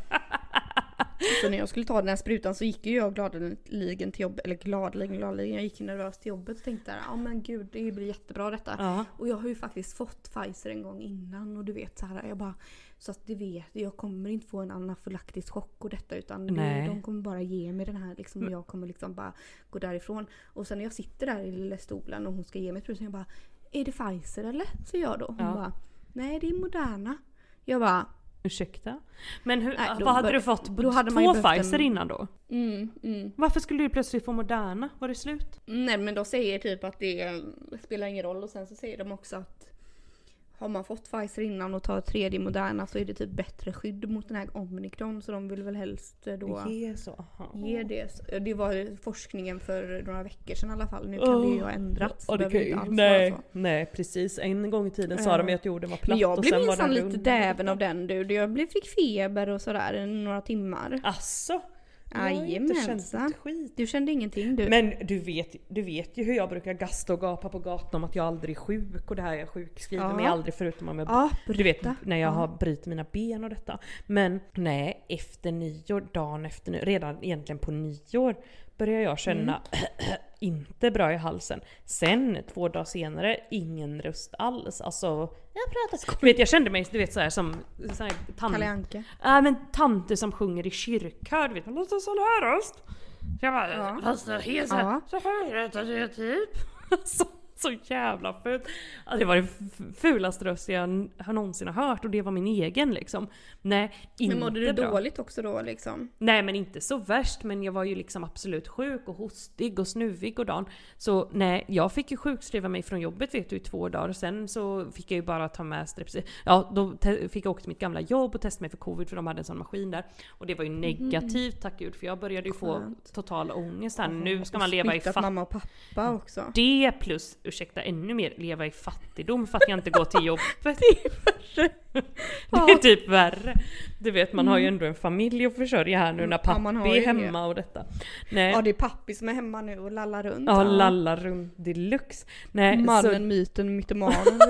Speaker 2: Så när jag skulle ta den här sprutan så gick ju jag gladeligen till jobbet, eller gladeligen, jag gick nervöst till jobbet och tänkte ja men gud, det blir jättebra detta. Och jag har ju faktiskt fått Pfizer en gång innan och du vet så här, jag bara, så att du vet, jag kommer inte få en anafylaktisk chock och detta utan de kommer bara ge mig den här liksom, och jag kommer liksom bara gå därifrån. Och sen när jag sitter där i lilla stolen och hon ska ge mig sprutan, jag bara, är det Pfizer eller? Så jag då. Hon bara, nej det är Moderna. Jag bara,
Speaker 3: ursäkta? Men vad hade du fått? Då hade man 2 Pfizer innan då? Varför skulle du plötsligt få Moderna? Var det slut?
Speaker 2: Nej men då säger typ att det spelar ingen roll och sen så säger de också att har man fått Pfizer innan och tar 3D Moderna så är det typ bättre skydd mot den här Omicron så de vill väl helst då ge det. Det var forskningen för några veckor sedan i alla fall. Nu kan det ju ha ändrats.
Speaker 3: Nej, precis. En gång i tiden sa de att jorden var platt. Men
Speaker 2: jag blev minsann lite däven av den du. Jag fick feber och sådär några timmar.
Speaker 3: Asså?
Speaker 2: Jajamensan. Du kände ingenting du.
Speaker 3: Men du vet ju hur jag brukar gasta och gapa på gatan om att jag aldrig är sjuk och det här jag sjukskriver mig aldrig förutom om jag du vet när jag har brutit mina ben och detta. Men nej, efter nyår, dagen efter nyår, redan egentligen på nyår börjar jag känna inte bra i halsen. Sen 2 dagar senare ingen röst alls. Alltså jag kände mig du vet så här som så här men tanter som sjunger i kyrkör, du vet man låter sån här röst. Jag bara fast helt så här typ. Så jävla fult. Det var det fulaste röst jag har någonsin hört och det var min egen liksom. Nej, inte
Speaker 2: men mådde du
Speaker 3: bra.
Speaker 2: Dåligt också då liksom?
Speaker 3: Nej men inte så värst, men jag var ju liksom absolut sjuk och hostig och snuvig och dan. Så nej, jag fick ju sjukskriva mig från jobbet vet du i 2 dagar. Sen så fick jag ju bara ta med strepsil. Ja, då fick jag åka till mitt gamla jobb och testa mig för covid för de hade en sån maskin där. Och det var ju negativt, tack gud, för jag började ju få total ångest här. Nu ska man leva i
Speaker 2: mamma och pappa också.
Speaker 3: Det plus, ursäkta, ännu mer leva i fattigdom för att jag inte går till jobbet.
Speaker 2: Det är värre.
Speaker 3: Det är typ värre. Du vet, man har ju ändå en familj att försörja här nu när pappi är hemma och detta. Nej.
Speaker 2: Ja, det är pappi som är hemma nu och lallar runt.
Speaker 3: Ja, lallar runt deluxe. Nej,
Speaker 2: mannen, myten, mytomanen.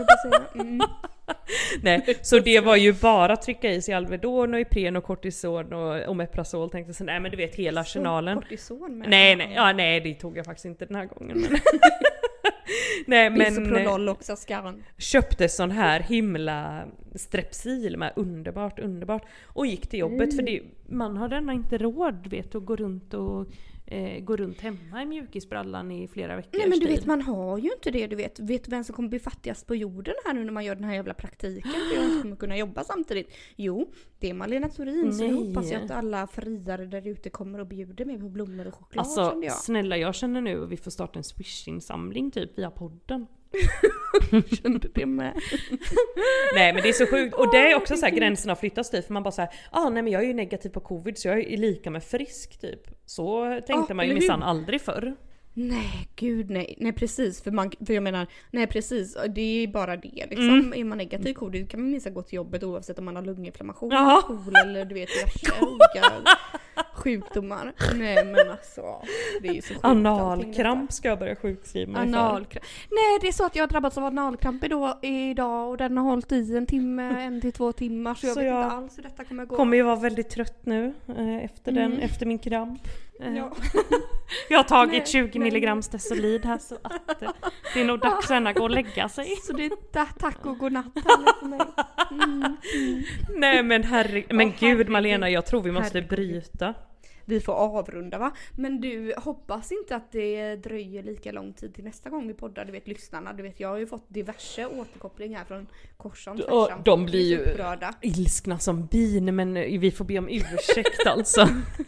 Speaker 3: Nej, så det var ju bara trycka i sig Alvedon och Ipren och kortison och Omeprazol, tänkte så nej men du vet hela arsenalen.
Speaker 2: Kortison med.
Speaker 3: Nej, det tog jag faktiskt inte den här gången. Men nej, men
Speaker 2: Bisoprolol också skarren.
Speaker 3: Köpte sån här himla strepsil med underbart och gick till jobbet för man har denna inte råd vet att gå runt hemma i mjukisbrallan i flera veckor.
Speaker 2: Nej men du vet, man har ju inte det, du vet vem som kommer bli fattigast på jorden här nu när man gör den här jävla praktiken för jag inte kommer kunna jobba samtidigt. Jo, det är Malena Thorin, så jag hoppas jag att alla friare där ute kommer och bjuder mig på blommor och choklad.
Speaker 3: Alltså snälla, jag känner nu att vi får starta en Swish-insamling typ via podden.
Speaker 2: Kände det med.
Speaker 3: Nej men det är så sjukt. Och det är också så här, gränserna flyttas dit. För man bara så här, nej men jag är ju negativ på covid så jag är lika med frisk typ. Så tänkte man ju minsann aldrig förr.
Speaker 2: Nej gud nej precis för jag menar nej precis det är bara det liksom är man negativ covid kan man minst gå till jobbet oavsett om man har lunginflammation eller du vet olika sjukdomar. Nej men alltså det är ju så sjukt.
Speaker 3: Analkramp ska jag börja sjukskriva mig för.
Speaker 2: Nej det är så att jag har drabbats av analkramp idag och den har hållit i 1 timme 1 till 2 timmar så jag vet inte alls hur detta kommer gå.
Speaker 3: Kommer ju vara väldigt trött nu efter min kramp. Ja. Jag har tagit 20 milligram Stesolid här så att det är nog dags att gå och lägga sig.
Speaker 2: Så det är tack och godnatt här för mig.
Speaker 3: Nej men gud Malena, jag tror vi måste bryta.
Speaker 2: Vi får avrunda va? Men du, hoppas inte att det dröjer lika lång tid till nästa gång vi poddar. Du vet lyssnarna, du vet jag har ju fått diverse återkopplingar från korsan.
Speaker 3: De blir ju ilskna som bin, men vi får be om ursäkt alltså.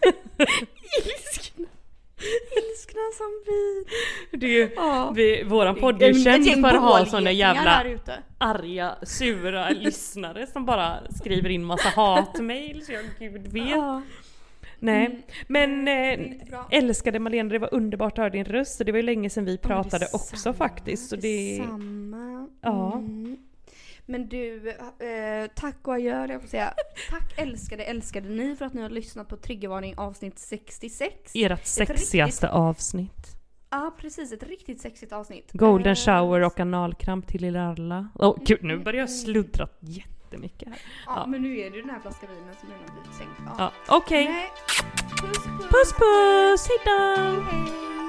Speaker 2: Ilskna som bin.
Speaker 3: Våran podd är ju känd för att ha såna jävla arga, sura lyssnare som bara skriver in massa hatmail så jag gud vet. Nej, men älskade Malena, det var underbart att höra din röst. Så det var ju länge sedan vi pratade också faktiskt. Så
Speaker 2: Samma.
Speaker 3: Ja.
Speaker 2: Men du, tack och adjö, jag får säga. Tack älskade ni för att ni har lyssnat på Triggervarning avsnitt 66.
Speaker 3: Ert sexigaste avsnitt.
Speaker 2: Ja, precis. Ett riktigt sexigt avsnitt.
Speaker 3: Golden shower och analkramp till alla. Gud, nu börjar jag sluddra jättemycket här.
Speaker 2: Ja, men nu är det ju den här flaskan vinen som är blivit sänkt.
Speaker 3: Ja, okej.
Speaker 2: Puss, puss.
Speaker 3: Puss, puss. Hejdå.
Speaker 2: Hej.